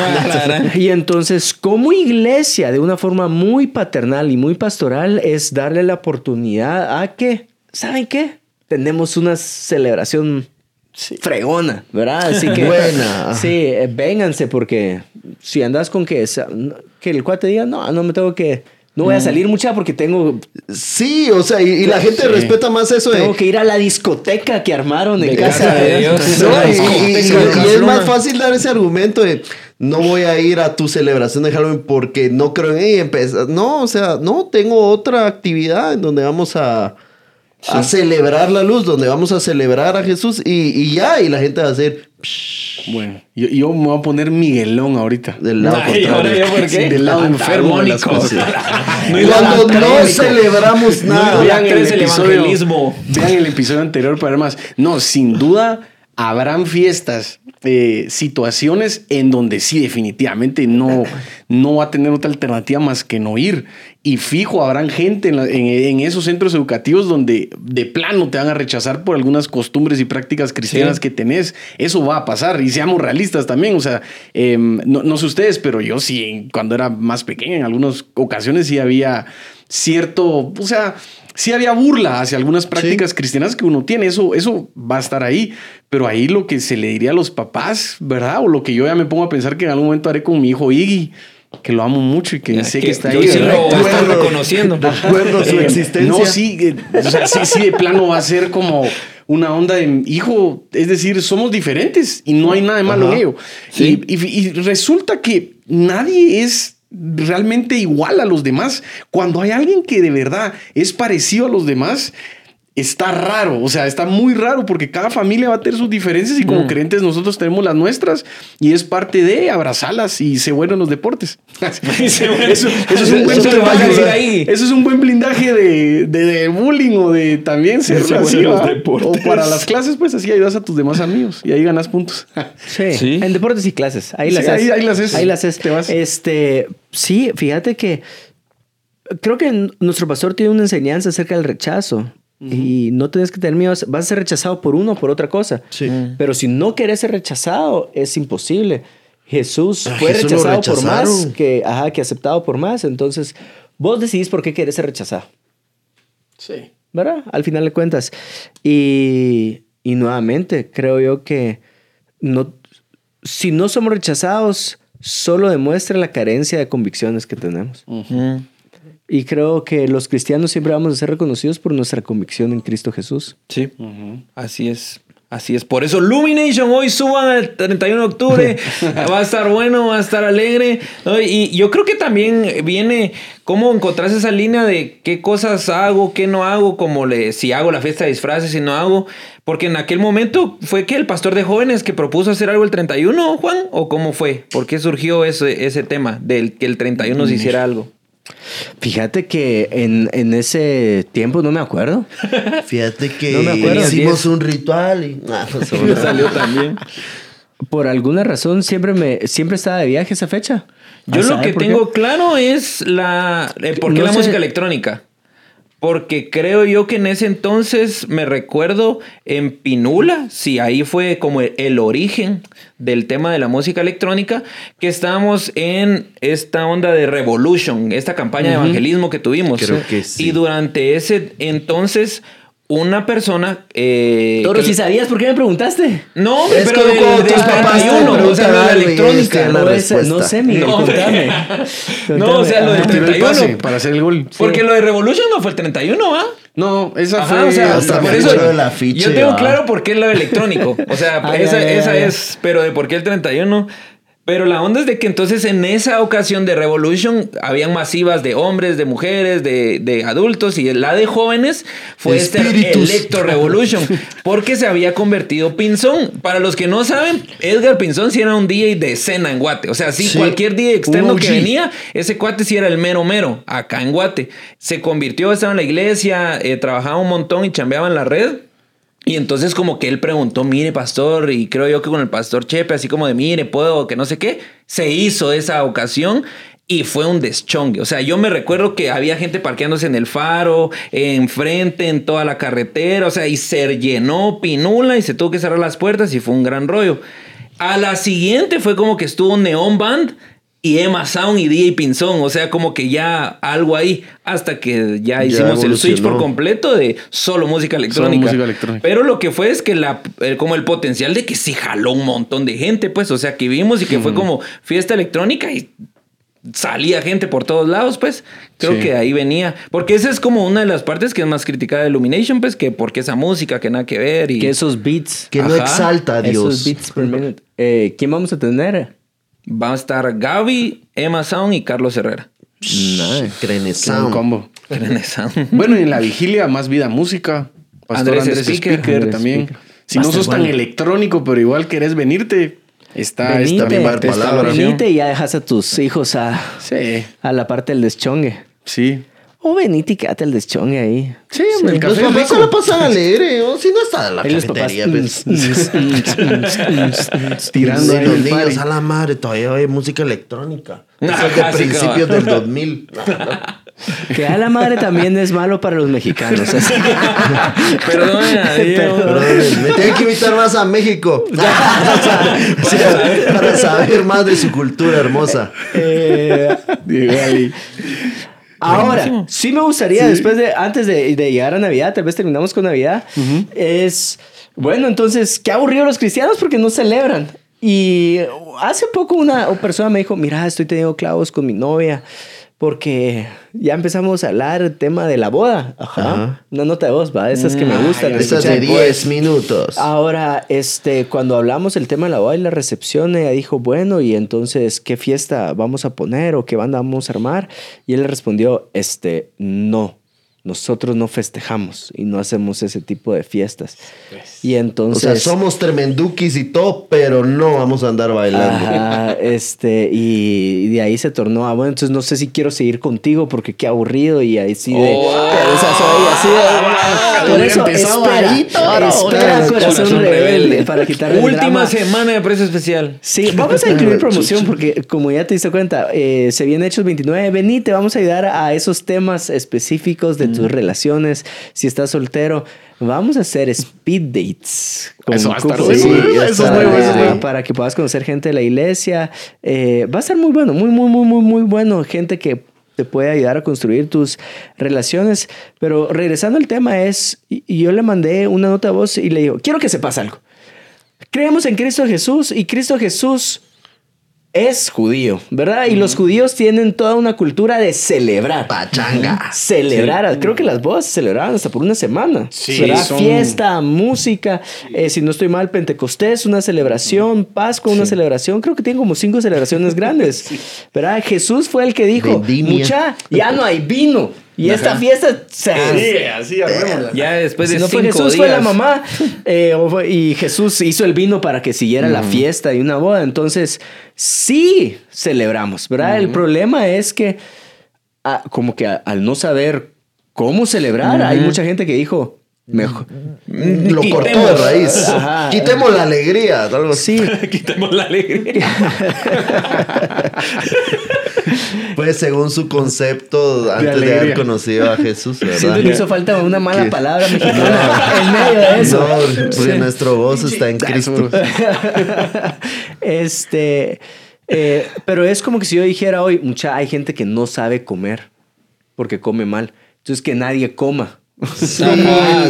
Y entonces, como iglesia, de una forma muy paternal y muy pastoral, es darle la oportunidad a que, ¿saben qué? Tenemos una celebración fregona, ¿verdad? Así que, Buena. sí, vénganse, porque si andas con que el cuate diga, no me tengo que, no voy a salir mucha porque tengo Sí, o sea, y la gente respeta más eso de... que ir a la discoteca que armaron en De casa casa de Dios. No, La y discoteca, es más fácil dar ese argumento de no voy a ir a tu celebración de Halloween porque no creo en ella. No, o sea, no, tengo otra actividad en donde vamos a celebrar la luz, donde vamos a celebrar a Jesús y ya, y la gente va a hacer Bueno, yo me voy a poner Miguelón ahorita. del lado Ay, ahora contrario. yo, ¿por qué? Sí, del lado enfermo de las Antagónico. cosas. No Cuando no idolatré. celebramos nada. Vean Vean el evangelismo. Vean el episodio anterior para ver más. No, sin duda habrán fiestas, situaciones en donde sí definitivamente no va a tener otra alternativa más que no ir. Y fijo, habrán gente en esos centros educativos donde de plano te van a rechazar por algunas costumbres y prácticas cristianas que tenés. Eso va a pasar. Y seamos realistas también. O sea, no sé ustedes, pero yo sí, cuando era más pequeño, en algunas ocasiones sí había cierto... O sea, sí había burla hacia algunas prácticas cristianas que uno tiene. Eso va a estar ahí. Pero ahí lo que se le diría a los papás, ¿verdad? O lo que yo ya me pongo a pensar que en algún momento haré con mi hijo Iggy, que lo amo mucho y que sé que está yo ahí. sí ¿verdad? lo voy a estar reconociendo. Recuerdo su existencia. No, sí, o sea, sí, de plano va a ser como una onda de hijo, es decir, somos diferentes y no hay nada de malo en ello. Sí. Y resulta que nadie es realmente igual a los demás. Cuando hay alguien que de verdad es parecido a los demás, está raro, o sea, está muy raro porque cada familia va a tener sus diferencias y como creyentes nosotros tenemos las nuestras y es parte de abrazarlas y ser bueno en los deportes. Eso es un buen Eso le va a decir ahí. Eso es un buen blindaje de bullying o de también ser Ser bueno así, en los ¿va? deportes. O para las clases, pues así ayudas a tus demás amigos y ahí ganas puntos. Sí, en deportes y clases. Ahí Sí, las haces. ahí las haces. Ahí las haces. Te vas. Sí, fíjate que creo que nuestro pastor tiene una enseñanza acerca del rechazo. Y no tienes que tener miedo. Vas a ser rechazado por uno o por otra cosa. Sí. Pero si no querés ser rechazado, es imposible. Jesús fue Jesús lo rechazado por más rechazaron. que aceptado por más. Entonces, vos decidís por qué querés ser rechazado. Sí. ¿Verdad? Al final de cuentas. Y nuevamente, creo yo que si no somos rechazados, solo demuestra la carencia de convicciones que tenemos. Y creo que los cristianos siempre vamos a ser reconocidos por nuestra convicción en Cristo Jesús. Sí, así es. Así es. Por eso Lumination hoy suban el 31 de octubre. Va a estar bueno, va a estar alegre. ¿No? Y yo creo que también viene cómo encontrás esa línea de qué cosas hago, qué no hago, como si hago la fiesta de disfraces, si no hago. Porque en aquel momento fue que el pastor de jóvenes que propuso hacer algo el 31, Juan, ¿o cómo fue? ¿Por qué surgió ese tema del que el 31 se hiciera algo? Fíjate que en ese tiempo no me acuerdo. Fíjate que No me acuerdo. hicimos un ritual y... Me salió también. Por alguna razón siempre estaba de viaje esa fecha. Yo lo que tengo claro es ¿por qué No la sé. música electrónica? Porque creo yo que en ese entonces me recuerdo en Pinula, sí, ahí fue como el origen del tema de la música electrónica, que estábamos en esta onda de Revolution, esta campaña de evangelismo que tuvimos. Creo que sí. Y durante ese entonces, una persona... Toro, si sabías, ¿por qué me preguntaste? No, Es pero como cuando del tus papás te 31, o sea, lo de preguntan algo y electrónica. ellos te dan la No, respuesta. no sé, Miguel, No, hombre. contame. No, o sea, lo del Ajá. Tiró el 31. pase para hacer el gol. Porque lo de Revolution no fue el 31, ¿ah? No, esa Ajá, fue... o sea, hasta por me eso acuerdo del afiche, yo tengo ¿va? claro por qué es lo electrónico. O sea, Ay, esa ay, ay. es, pero de por qué el 31. Pero la onda es de que entonces en esa ocasión de Revolution habían masivas de hombres, de mujeres, de adultos, y la de jóvenes fue Espíritus. Electro Revolution, porque se había convertido Pinzón. Para los que no saben, Edgar Pinzón sí era un DJ de escena en Guate. O sea, sí, Sí, cualquier DJ externo un que OG. venía, ese cuate sí era el mero mero, acá en Guate. Se convirtió, estaba en la iglesia, trabajaba un montón y chambeaba en la red. Y entonces como que él preguntó, mire, pastor, y creo yo que con el pastor Chepe, así como de, mire, puedo, que no sé qué, se hizo esa ocasión Y fue un deschongue. O sea, yo me recuerdo que había gente parqueándose en el faro, enfrente, en toda la carretera. O sea, y se llenó Pinula y se tuvo que cerrar las puertas y fue un gran rollo. A la siguiente fue como que estuvo Neon Band y Emma Sound y DJ Pinzón. O sea, como que ya algo ahí. Hasta que ya hicimos el switch por completo de solo música electrónica. Pero lo que fue es que como el potencial de que sí jaló un montón de gente, pues. O sea, que vimos y que fue como fiesta electrónica y salía gente por todos lados, pues. Creo que ahí venía. Porque esa es como una de las partes que es más criticada de Illumination, pues, que porque esa música que nada que ver. Y que esos beats. Que no exalta a Dios. Esos beats per minute. ¿Quién vamos a tener? Va a estar Gaby, Emma Sound y Carlos Herrera. Nice. Un combo. Bueno, y en la vigilia, más vida música. Pastor Andrés Speaker también. Si no sos tan electrónico, pero igual querés venirte... Venite y ya dejas a tus hijos a la parte del deschongue. Sí. O venite y quédate el deschongue ahí. Sí, hombre, el café los papás se la pasan alegre. Si no está en la cafetería. Tirando de ahí los el niños party. a la madre. Todavía hay música electrónica. Eso es de principios del 2000. Que a la madre también es malo para los mexicanos. Perdona, Diego. Me tienen que invitar más a México. Para saber más de su cultura hermosa. Ahora, sí me gustaría, antes de llegar a Navidad, tal vez terminamos con Navidad, bueno, entonces, qué aburrido los cristianos porque no celebran. Y hace poco una persona me dijo, mira, estoy teniendo clavos con mi novia porque ya empezamos a hablar del tema de la boda. Ajá. Una nota de voz, ¿va? Esas que me gustan. Esas de 10 minutos. Ahora, cuando hablamos del tema de la boda y la recepción, ella dijo, bueno, y entonces, ¿qué fiesta vamos a poner o qué banda vamos a armar? Y él le respondió, no. Nosotros no festejamos y no hacemos ese tipo de fiestas. Y entonces... O sea, somos tremenduquis y todo, pero no vamos a andar bailando. Ajá, y de ahí se tornó bueno, entonces no sé si quiero seguir contigo porque qué aburrido y ahí sí de... Por eso, espera, corazón rebelde para quitarle el Última drama. semana de precio especial. Sí, vamos a incluir promoción porque como ya te diste cuenta, se viene Hechos 29. Venite, vamos a ayudar a esos temas específicos de tus relaciones. Si estás soltero, vamos a hacer speed dates. Eso va a estar bueno. Para que puedas conocer gente de la iglesia. Va a ser muy bueno, muy bueno. Gente que te puede ayudar a construir tus relaciones. Pero regresando al tema y yo le mandé una nota de voz y le digo, quiero que sepas algo. Creemos en Cristo Jesús y Cristo Jesús es judío, ¿verdad? Y los judíos tienen toda una cultura de celebrar. Pachanga. Celebrar. Sí. Creo que las bodas se celebraban hasta por una semana. Sí. ¿Verdad? Fiesta, música. Si no estoy mal, Pentecostés, una celebración. Pascua, una celebración. Creo que tienen como 5 celebraciones grandes. ¿Verdad? Jesús fue el que dijo, mucha, ya no hay vino. Y esta fiesta así arregla. Ya después de si no 5 fue Jesús, días. fue la mamá. Y Jesús hizo el vino para que siguiera la fiesta y una boda. Entonces, sí celebramos, ¿verdad? El problema es que, como que al no saber cómo celebrar, hay mucha gente que dijo, mejor. Lo cortó de raíz. Ajá. Quitemos la alegría. Algo así. Sí. Quitemos la alegría. Pues según su concepto, antes de haber conocido a Jesús, ¿verdad? Siento que hizo falta una mala palabra mexicana en medio de eso. No, porque nuestro voz está en Cristo. Pero es como que si yo dijera hoy, hay gente que no sabe comer porque come mal. Entonces que nadie coma. Sí, no,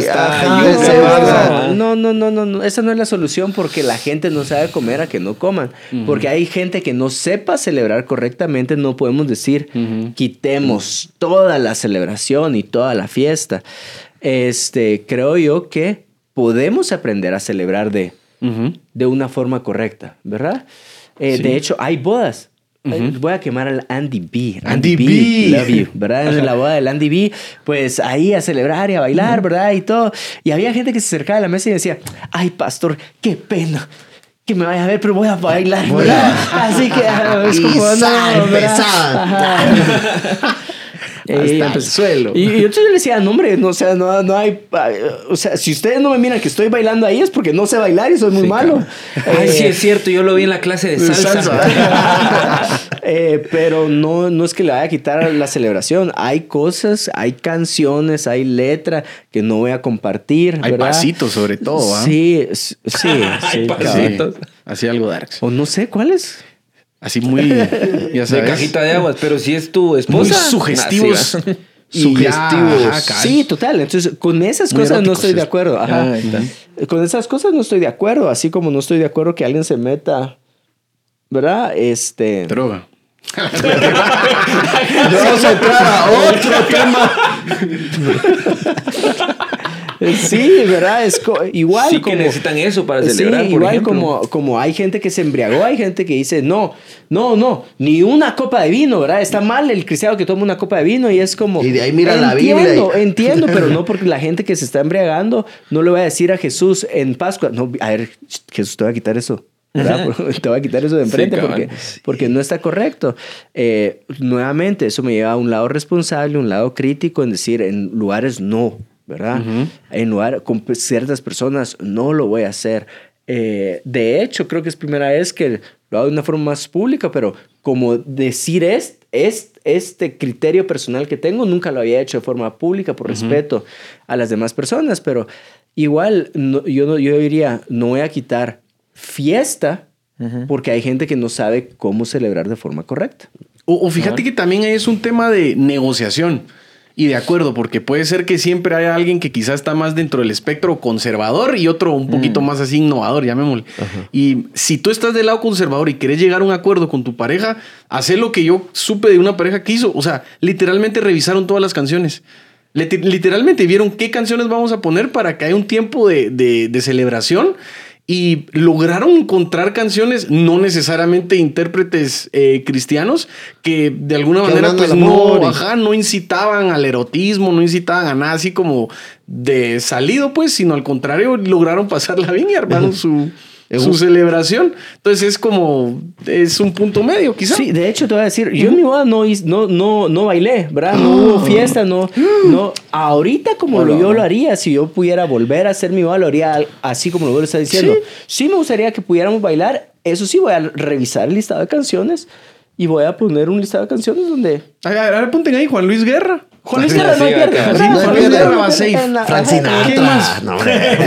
esa no es la solución porque la gente no sabe comer a que no coman, porque hay gente que no sepa celebrar correctamente. No podemos decir quitemos toda la celebración y toda la fiesta. Creo yo que podemos aprender a celebrar de una forma correcta, ¿verdad? Sí. De hecho, hay bodas. Voy a quemar al Andy B. Andy B. Love you, ¿verdad? En la boda del Andy B, pues ahí a celebrar y a bailar, ¿verdad? Y todo. Y había gente que se acercaba a la mesa y decía, ay, pastor, qué pena que me vaya a ver, pero voy a bailar, ¿verdad? Así que es como, no, ¿verdad? Hasta el suelo. Y entonces yo le decía, no, hombre, no, o sea, no hay... O sea, si ustedes no me miran que estoy bailando ahí es porque no sé bailar y soy muy malo. Ay, sí, es cierto. Yo lo vi en la clase de salsa. Pero no es que le vaya a quitar la celebración. Hay cosas, hay canciones, hay letra que no voy a compartir. Hay ¿verdad? pasitos sobre todo, ¿ah? Sí. Hay pasitos. Sí. Así algo darks. O no sé cuáles. Así muy... Ya sabes. De cajita de aguas. Pero si es tu esposa... Muy sugestivos. Nah, sí, va. Sugestivos. Sí, total. Entonces, con esas Muy cosas no eróticos estoy de es. acuerdo. Ajá. Ahí está. Con esas cosas no estoy de acuerdo. Así como no estoy de acuerdo que alguien se meta, ¿verdad? Droga. Vamos a entrar a otro tema. Sí, ¿verdad? Es igual Sí como... que necesitan eso para celebrar, Sí, por igual ejemplo. como hay gente que se embriagó, hay gente que dice, no, ni una copa de vino, ¿verdad? Está mal el cristiano que toma una copa de vino y es como... Y de ahí mira la Biblia Entiendo, pero no porque la gente que se está embriagando no le va a decir a Jesús en Pascua, no, a ver, Jesús, te va a quitar eso. ¿verdad? Te voy a quitar eso de enfrente porque no está correcto. Nuevamente, eso me lleva a un lado responsable, un lado crítico en decir, en lugares no, ¿verdad? En lugar con ciertas personas no lo voy a hacer. De hecho, creo que es primera vez que lo hago de una forma más pública, pero como decir este criterio personal que tengo, nunca lo había hecho de forma pública por respeto a las demás personas, pero igual yo diría, no voy a quitar fiesta porque hay gente que no sabe cómo celebrar de forma correcta. O fíjate que también es un tema de negociación y de acuerdo, porque puede ser que siempre haya alguien que quizás está más dentro del espectro conservador y otro un poquito más así innovador, llamémosle. Y si tú estás del lado conservador y querés llegar a un acuerdo con tu pareja, haz lo que yo supe de una pareja que hizo. O sea, literalmente revisaron todas las canciones. Literalmente vieron qué canciones vamos a poner para que haya un tiempo de celebración. Y lograron encontrar canciones, no necesariamente intérpretes cristianos, que de alguna manera pues no incitaban al erotismo, no incitaban a nada así como de salido, pues, sino al contrario, lograron pasarla bien y armaron su celebración. Entonces es un punto medio, quizás. Sí, de hecho te voy a decir, yo en mi boda no bailé, ¿verdad? No hubo fiesta, no. Ahorita como yo lo haría, si yo pudiera volver a hacer mi boda, lo haría así como lo está diciendo. Sí me gustaría que pudiéramos bailar. Eso sí, voy a revisar el listado de canciones y voy a poner un listado de canciones donde... A ver, apunten ahí, Juan Luis Guerra. Juan Luis Guerra no pierde. Juan Luis Guerra va safe. Frank Sinatra. ¿Qué más? No,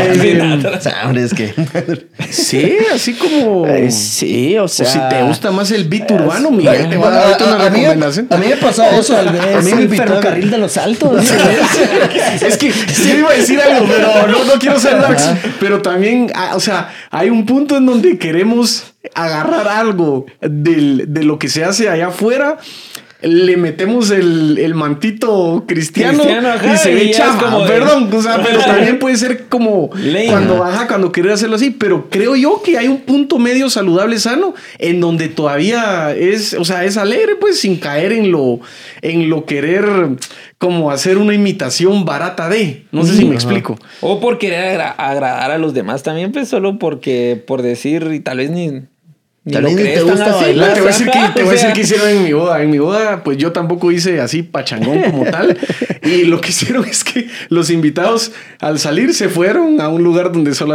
hombre, es que... Sí, así como... sí, o sea... O si te gusta más el beat urbano, Miguel, te voy a dar una recomendación. A mí me pasó eso. A mí me el ferrocarril de los Altos. Es que sí iba a decir algo, pero no quiero ser darks. Pero también, o sea, hay un punto en donde queremos agarrar algo de lo que se hace allá afuera. Le metemos el mantito cristiano y se ve chafa. Perdón, o sea, pero también puede ser como cuando querer hacerlo así. Pero creo yo que hay un punto medio saludable, sano, en donde todavía es alegre, pues, sin caer en lo querer como hacer una imitación barata de. No sé si me explico. O por querer agradar a los demás también, pues, solo por decir y tal vez ni Tal lo vez ni crees te tan gusta así. bailar. Te voy a decir que hicieron en mi boda. En mi boda, pues yo tampoco hice así pachangón como tal. Y lo que hicieron es que los invitados al salir se fueron a un lugar donde solo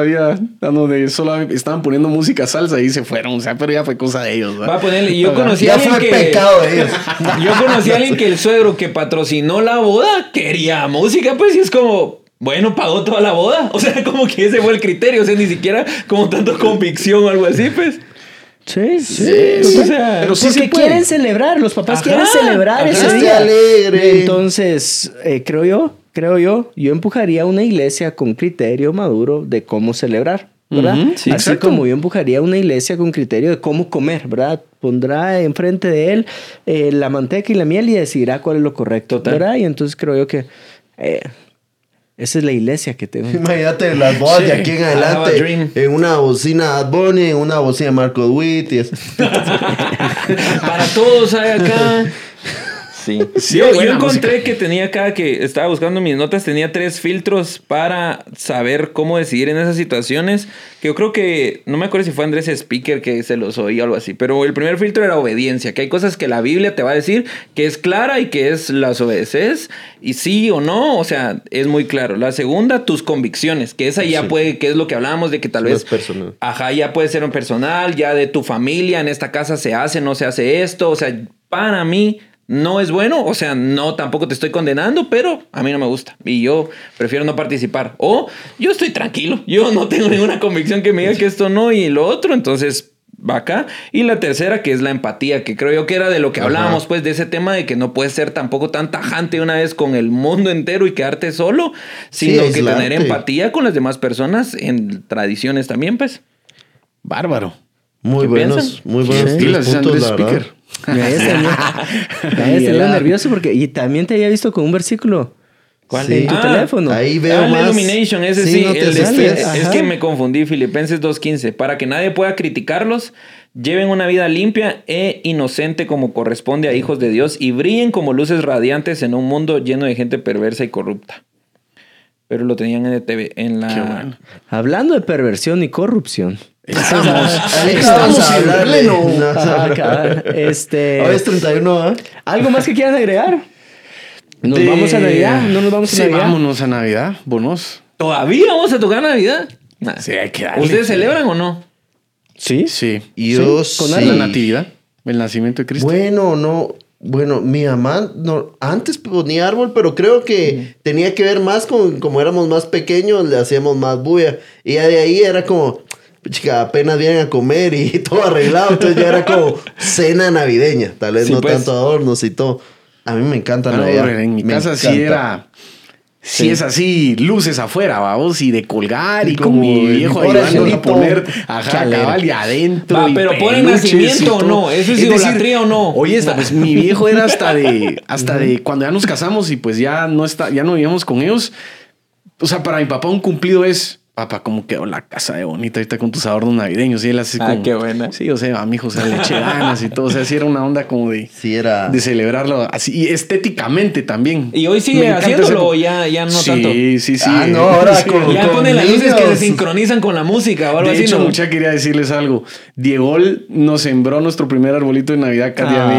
estaban poniendo música salsa y se fueron. O sea, pero ya fue cosa de ellos. Va a ponerle. Yo conocí a Ya alguien fue pecado de ellos. Yo conocí a alguien que el suegro que patrocinó la boda quería música, pues, y es como... Bueno, pagó toda la boda. O sea, como que ese fue el criterio. O sea, ni siquiera como tanto convicción o algo así, pues. Sí. O sea, pero sí porque quieren celebrar, los papás quieren celebrar ese día. Alegre. Entonces, creo yo empujaría una iglesia con criterio maduro de cómo celebrar, ¿verdad? Sí, así exacto. como yo empujaría una iglesia con criterio de cómo comer, ¿verdad? Pondrá enfrente de él la manteca y la miel y decidirá cuál es lo correcto, ¿verdad? Y entonces creo yo que esa es la iglesia que tengo. Imagínate las bodas de aquí en I have a adelante. dream. En una bocina Bad Bunny, en una bocina Marco Witt. Para todos hay acá. Sí. Sí, yo buena encontré música. que tenía estaba buscando mis notas, tenía 3 filtros para saber cómo decidir en esas situaciones. Que yo creo que, no me acuerdo si fue Andrés Speaker que se los oí o algo así, pero el primer filtro era obediencia, que hay cosas que la Biblia te va a decir que es clara y que las obedeces, y sí o no, o sea, es muy claro. La segunda, tus convicciones, que esa ya puede, que es lo que hablábamos de que tal vez... Más personal. Ajá, ya puede ser un personal, ya de tu familia, en esta casa se hace, no se hace esto, o sea, para mí no es bueno, o sea, no, tampoco te estoy condenando, pero a mí no me gusta y yo prefiero no participar. O yo estoy tranquilo, yo no tengo ninguna convicción que me diga que esto no y lo otro, entonces va acá. Y la tercera, que es la empatía, que creo yo que era de lo que hablábamos, pues, de ese tema de que no puedes ser tampoco tan tajante una vez con el mundo entero y quedarte solo, sino que tener empatía con las demás personas en tradiciones también, pues. Bárbaro. Muy ¿Qué buenos, piensan? muy buenos Sí, tres las puntos, Andrés la verdad. Speaker. Me habías tenido nervioso porque... Y también te había visto con un versículo. ¿Cuál? En tu Ah, teléfono. Ahí veo el más. Illumination, ese sí. no te Es asustes. que me confundí, Filipenses 2.15. Para que nadie pueda criticarlos, lleven una vida limpia e inocente como corresponde a hijos de Dios y brillen como luces radiantes en un mundo lleno de gente perversa y corrupta. Pero lo tenían en el TV, en la... Qué bueno. Hablando de perversión y corrupción. Estamos en pleno. Ajá, cabal. Hoy es 31, ¿eh? ¿Algo más que quieran agregar? ¿Nos vamos a Navidad? ¿No nos vamos a Sí, Navidad? vámonos a Navidad, bonos. ¿Todavía vamos a tocar Navidad? Nah. Sí, hay que darle. ¿Ustedes celebran o no? ¿Sí? Sí. Yo con sí. La natividad, el nacimiento de Cristo. Bueno, no. Bueno, mi mamá no, antes ponía árbol, pero creo que tenía que ver más con como éramos más pequeños, le hacíamos más bulla. Y ya de ahí era como, chica, apenas vienen a comer y todo arreglado. Entonces ya era como cena navideña. Tal vez Sí, no pues. tanto adornos y todo. A mí me encanta Ah, no, Navidad. en mi Me casa sí encanta. era... Sí, es así, luces afuera, vamos, y de colgar, y Y con como mi viejo el ayudándonos a angelito. poner, Qué ajá, alegre. cabal, y adentro. Va, y pero ¿ponen peluches nacimiento y o todo. no? ¿Eso es decir, idolatría o no? Oye, pues mi viejo era hasta de cuando ya nos casamos y pues ya no vivíamos con ellos. O sea, para mi papá un cumplido es, papá, ¿cómo quedó la casa de bonita ahorita con tus adornos navideños? Y él así como... Qué buena. Sí, o sea, a mi hijo, o sea, le eché ganas y todo. O sea, sí era una onda como Sí, era. de celebrarlo así. Y estéticamente también. ¿Y hoy Me sigue encanta haciéndolo o ese- ya no sí, tanto? Sí. Ah, no, ahora Sí. con- Ya ponen las luces que niños. se sincronizan con la música o algo De así, hecho, ¿no? mucha quería decirles algo. Diego nos sembró nuestro primer arbolito de Navidad, Katy, a mí.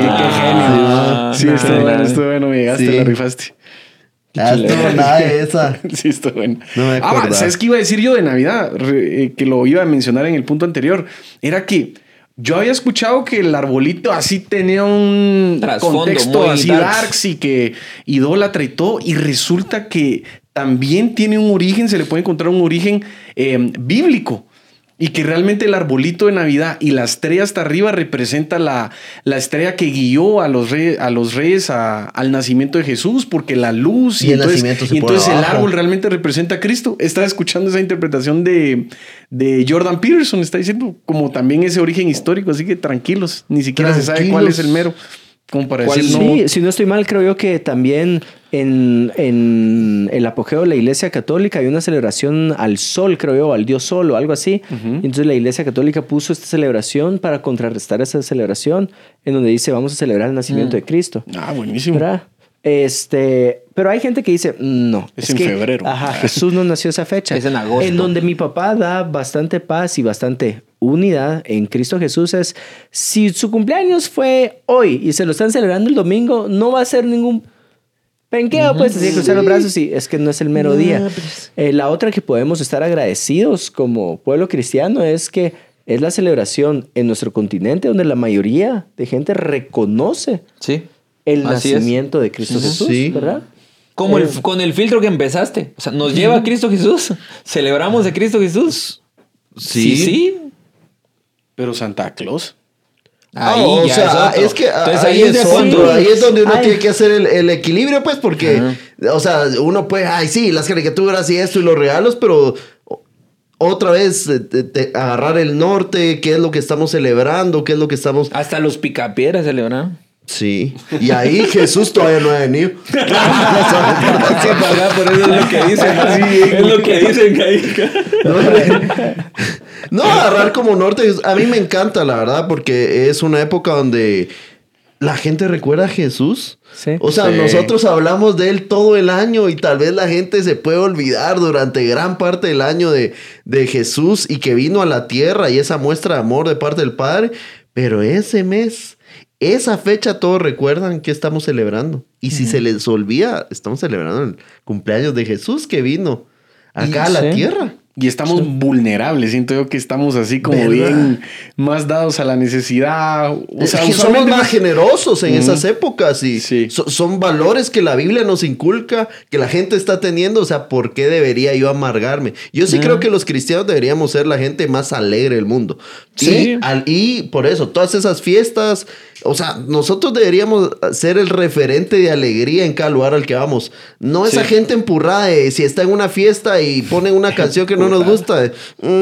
Ah, Qué genio. Sí, nice. estuvo bueno, me llegaste, Sí. la rifaste. Estuvo nada de esa. Sí, estuvo bueno. No me acordaba. ¿Sabes qué iba a decir yo de Navidad? Que lo iba a mencionar en el punto anterior. Era que yo había escuchado que el arbolito así tenía un Trasfondo contexto muy así darks. darks y que idólatra y todo. Y resulta que también tiene un origen, se le puede encontrar un origen bíblico. Y que realmente el arbolito de Navidad y la estrella hasta arriba representa la estrella que guió a los reyes al nacimiento de Jesús, porque la luz Y el nacimiento se pone el abajo. árbol realmente representa a Cristo. Estaba escuchando esa interpretación de Jordan Peterson, está diciendo como también ese origen histórico, así que tranquilos, ni siquiera se sabe cuál es el mero. Como para ¿Cuál? decir, Sí, no. si no estoy mal, creo yo que también en el apogeo de la Iglesia Católica hay una celebración al sol, creo yo, al dios sol o algo así. Y entonces la Iglesia Católica puso esta celebración para contrarrestar esa celebración en donde dice vamos a celebrar el nacimiento de Cristo. Ah, buenísimo. ¿Verdad? Pero hay gente que dice, no. Es en que, febrero. Ajá, Jesús no nació esa fecha. Es en agosto. En donde mi papá da bastante paz y bastante unidad en Cristo Jesús es, si su cumpleaños fue hoy y se lo están celebrando el domingo, no va a ser ningún penqueo, pues, así de cruzar los brazos y es que no es el mero día. La otra que podemos estar agradecidos como pueblo cristiano es que es la celebración en nuestro continente donde la mayoría de gente reconoce Sí. el Así nacimiento de Cristo Jesús, Sí. ¿verdad? Como con el filtro que empezaste. O sea, ¿nos lleva a Cristo Jesús? ¿Celebramos a Cristo Jesús? Sí. Pero Santa Claus. Ahí o ya sea, otro. es que Entonces, ahí es de es fondo. otro, ahí es donde uno Ay. tiene que hacer el equilibrio, pues, porque, o sea, uno puede, ay, sí, las caricaturas y esto y los regalos, pero otra vez agarrar el norte, qué es lo que estamos celebrando, qué es lo que estamos... Hasta los picapiedras celebraron. Sí, y ahí Jesús todavía no ha venido. Sí, ¿verdad? Por eso es lo que dicen. Es lo que dicen ahí. No, agarrar como norte, a mí me encanta, la verdad, porque es una época donde la gente recuerda a Jesús. Sí. O sea, Sí. nosotros hablamos de él todo el año y tal vez la gente se puede olvidar durante gran parte del año de Jesús y que vino a la tierra y esa muestra de amor de parte del Padre. Pero ese mes, esa fecha, todos recuerdan que estamos celebrando. Y si se les olvida, estamos celebrando el cumpleaños de Jesús que vino acá a la tierra. Y estamos vulnerables, siento yo que estamos así como ¿Verdad? bien más dados a la necesidad. O sea, Es que somos usualmente más generosos en esas épocas y Sí. son valores que la Biblia nos inculca, que la gente está teniendo. O sea, ¿por qué debería yo amargarme? Yo sí creo que los cristianos deberíamos ser la gente más alegre del mundo. Sí. Y por eso, todas esas fiestas, o sea, nosotros deberíamos ser el referente de alegría en cada lugar al que vamos. No esa gente empurrada de si está en una fiesta y ponen una canción que no nos gusta, de,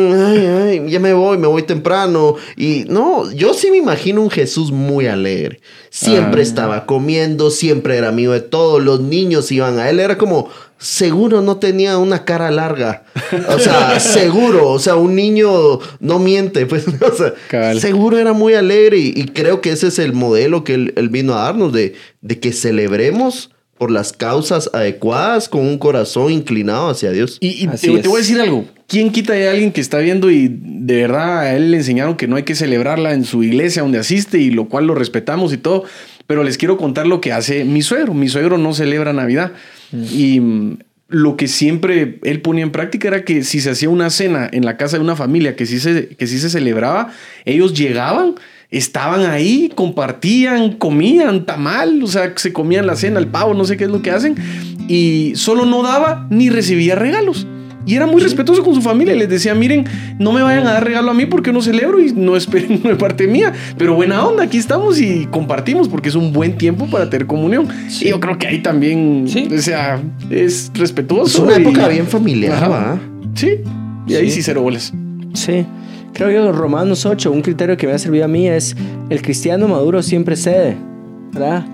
ay, ya me voy temprano. Y no, yo sí me imagino un Jesús muy alegre. Siempre estaba comiendo, siempre era amigo de todos, los niños iban a él, era como... Seguro no tenía una cara larga. O sea, seguro. O sea, un niño no miente. Pues, o sea, Cabal. seguro era muy alegre. Y creo que ese es el modelo que él vino a darnos. De que celebremos por las causas adecuadas con un corazón inclinado hacia Dios. Y Así te es. voy a decir algo. ¿Quién quita de alguien que está viendo y de verdad a él le enseñaron que no hay que celebrarla en su iglesia donde asiste y lo cual lo respetamos y todo? Pero les quiero contar lo que hace mi suegro. Mi suegro no celebra Navidad. Y lo que siempre él ponía en práctica era que si se hacía una cena en la casa de una familia que sí se celebraba, ellos llegaban, estaban ahí, compartían, comían tamal, o sea, se comían la cena, el pavo, no sé qué es lo que hacen, y solo no daba ni recibía regalos. Y era muy respetuoso con su familia y les decía, miren, no me vayan a dar regalo a mí porque no celebro y no esperen de parte mía. Pero buena onda, aquí estamos y compartimos porque es un buen tiempo para tener comunión. Y yo creo que ahí también, o sea, es respetuoso. Es una y- época bien familiar, Ajá. ¿va? Sí, y ahí sí cero bolas. Sí. Creo yo Romanos 8, un criterio que me ha servido a mí es el cristiano maduro siempre cede, ¿verdad?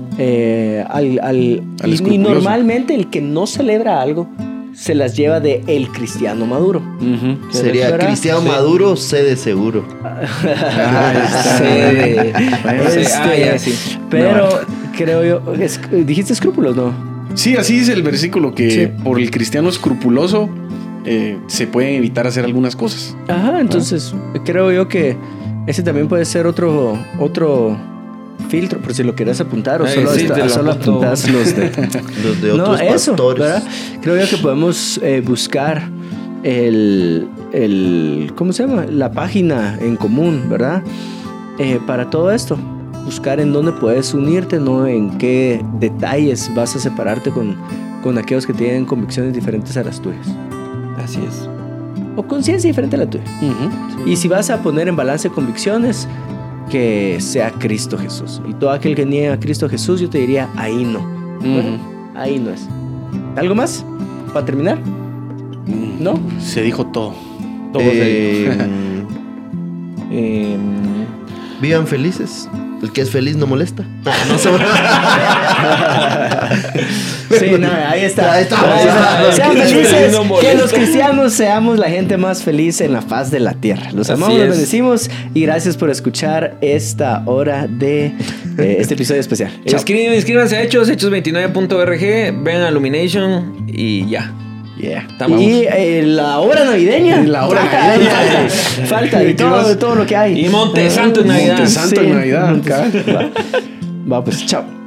Al Y escrupuloso. normalmente el que no celebra algo se las lleva de el cristiano maduro. Ujú. Sería ¿Verdad? cristiano maduro, cede seguro. Cede. ya, sí. Pero creo yo, dijiste escrúpulos, ¿no? Sí, así dice el versículo que Sí. por el cristiano escrupuloso se pueden evitar hacer algunas cosas. Ajá, entonces creo yo que ese también puede ser otro filtro, por si lo quieres apuntar o Ay, solo, sí, te lo solo apunto. apuntas los de... Los de otros pastores. ¿verdad? Creo yo que podemos buscar ¿cómo se llama? La página en común, ¿verdad? Para todo esto. Buscar en dónde puedes unirte, no en qué detalles vas a separarte con aquellos que tienen convicciones diferentes a las tuyas. Así es. O conciencia diferente a la tuya. Ujú. Y si vas a poner en balance convicciones, que sea Cristo Jesús. Y todo aquel que niega a Cristo Jesús, yo te diría, ahí no. Ujú. Ahí no es. ¿Algo más? ¿Para terminar? ¿No? Se dijo todo. Todo se Vivan felices. El que es feliz no molesta. Sí, no, ahí está. Ahí está. Sean Que felices, no que molesta. los cristianos seamos la gente más feliz en la faz de la tierra. Los Así amamos, los es. bendecimos y gracias por escuchar esta hora de este episodio especial. Chao. Inscríbanse a Hechos29.org, vean a Illumination y ya. Yeah. Estamos. Y la obra navideña. La obra navideña. Falta y todo lo que hay. Y Monte Santo en Navidad. Monte Santo en Navidad, cabal. Va, pues, chao.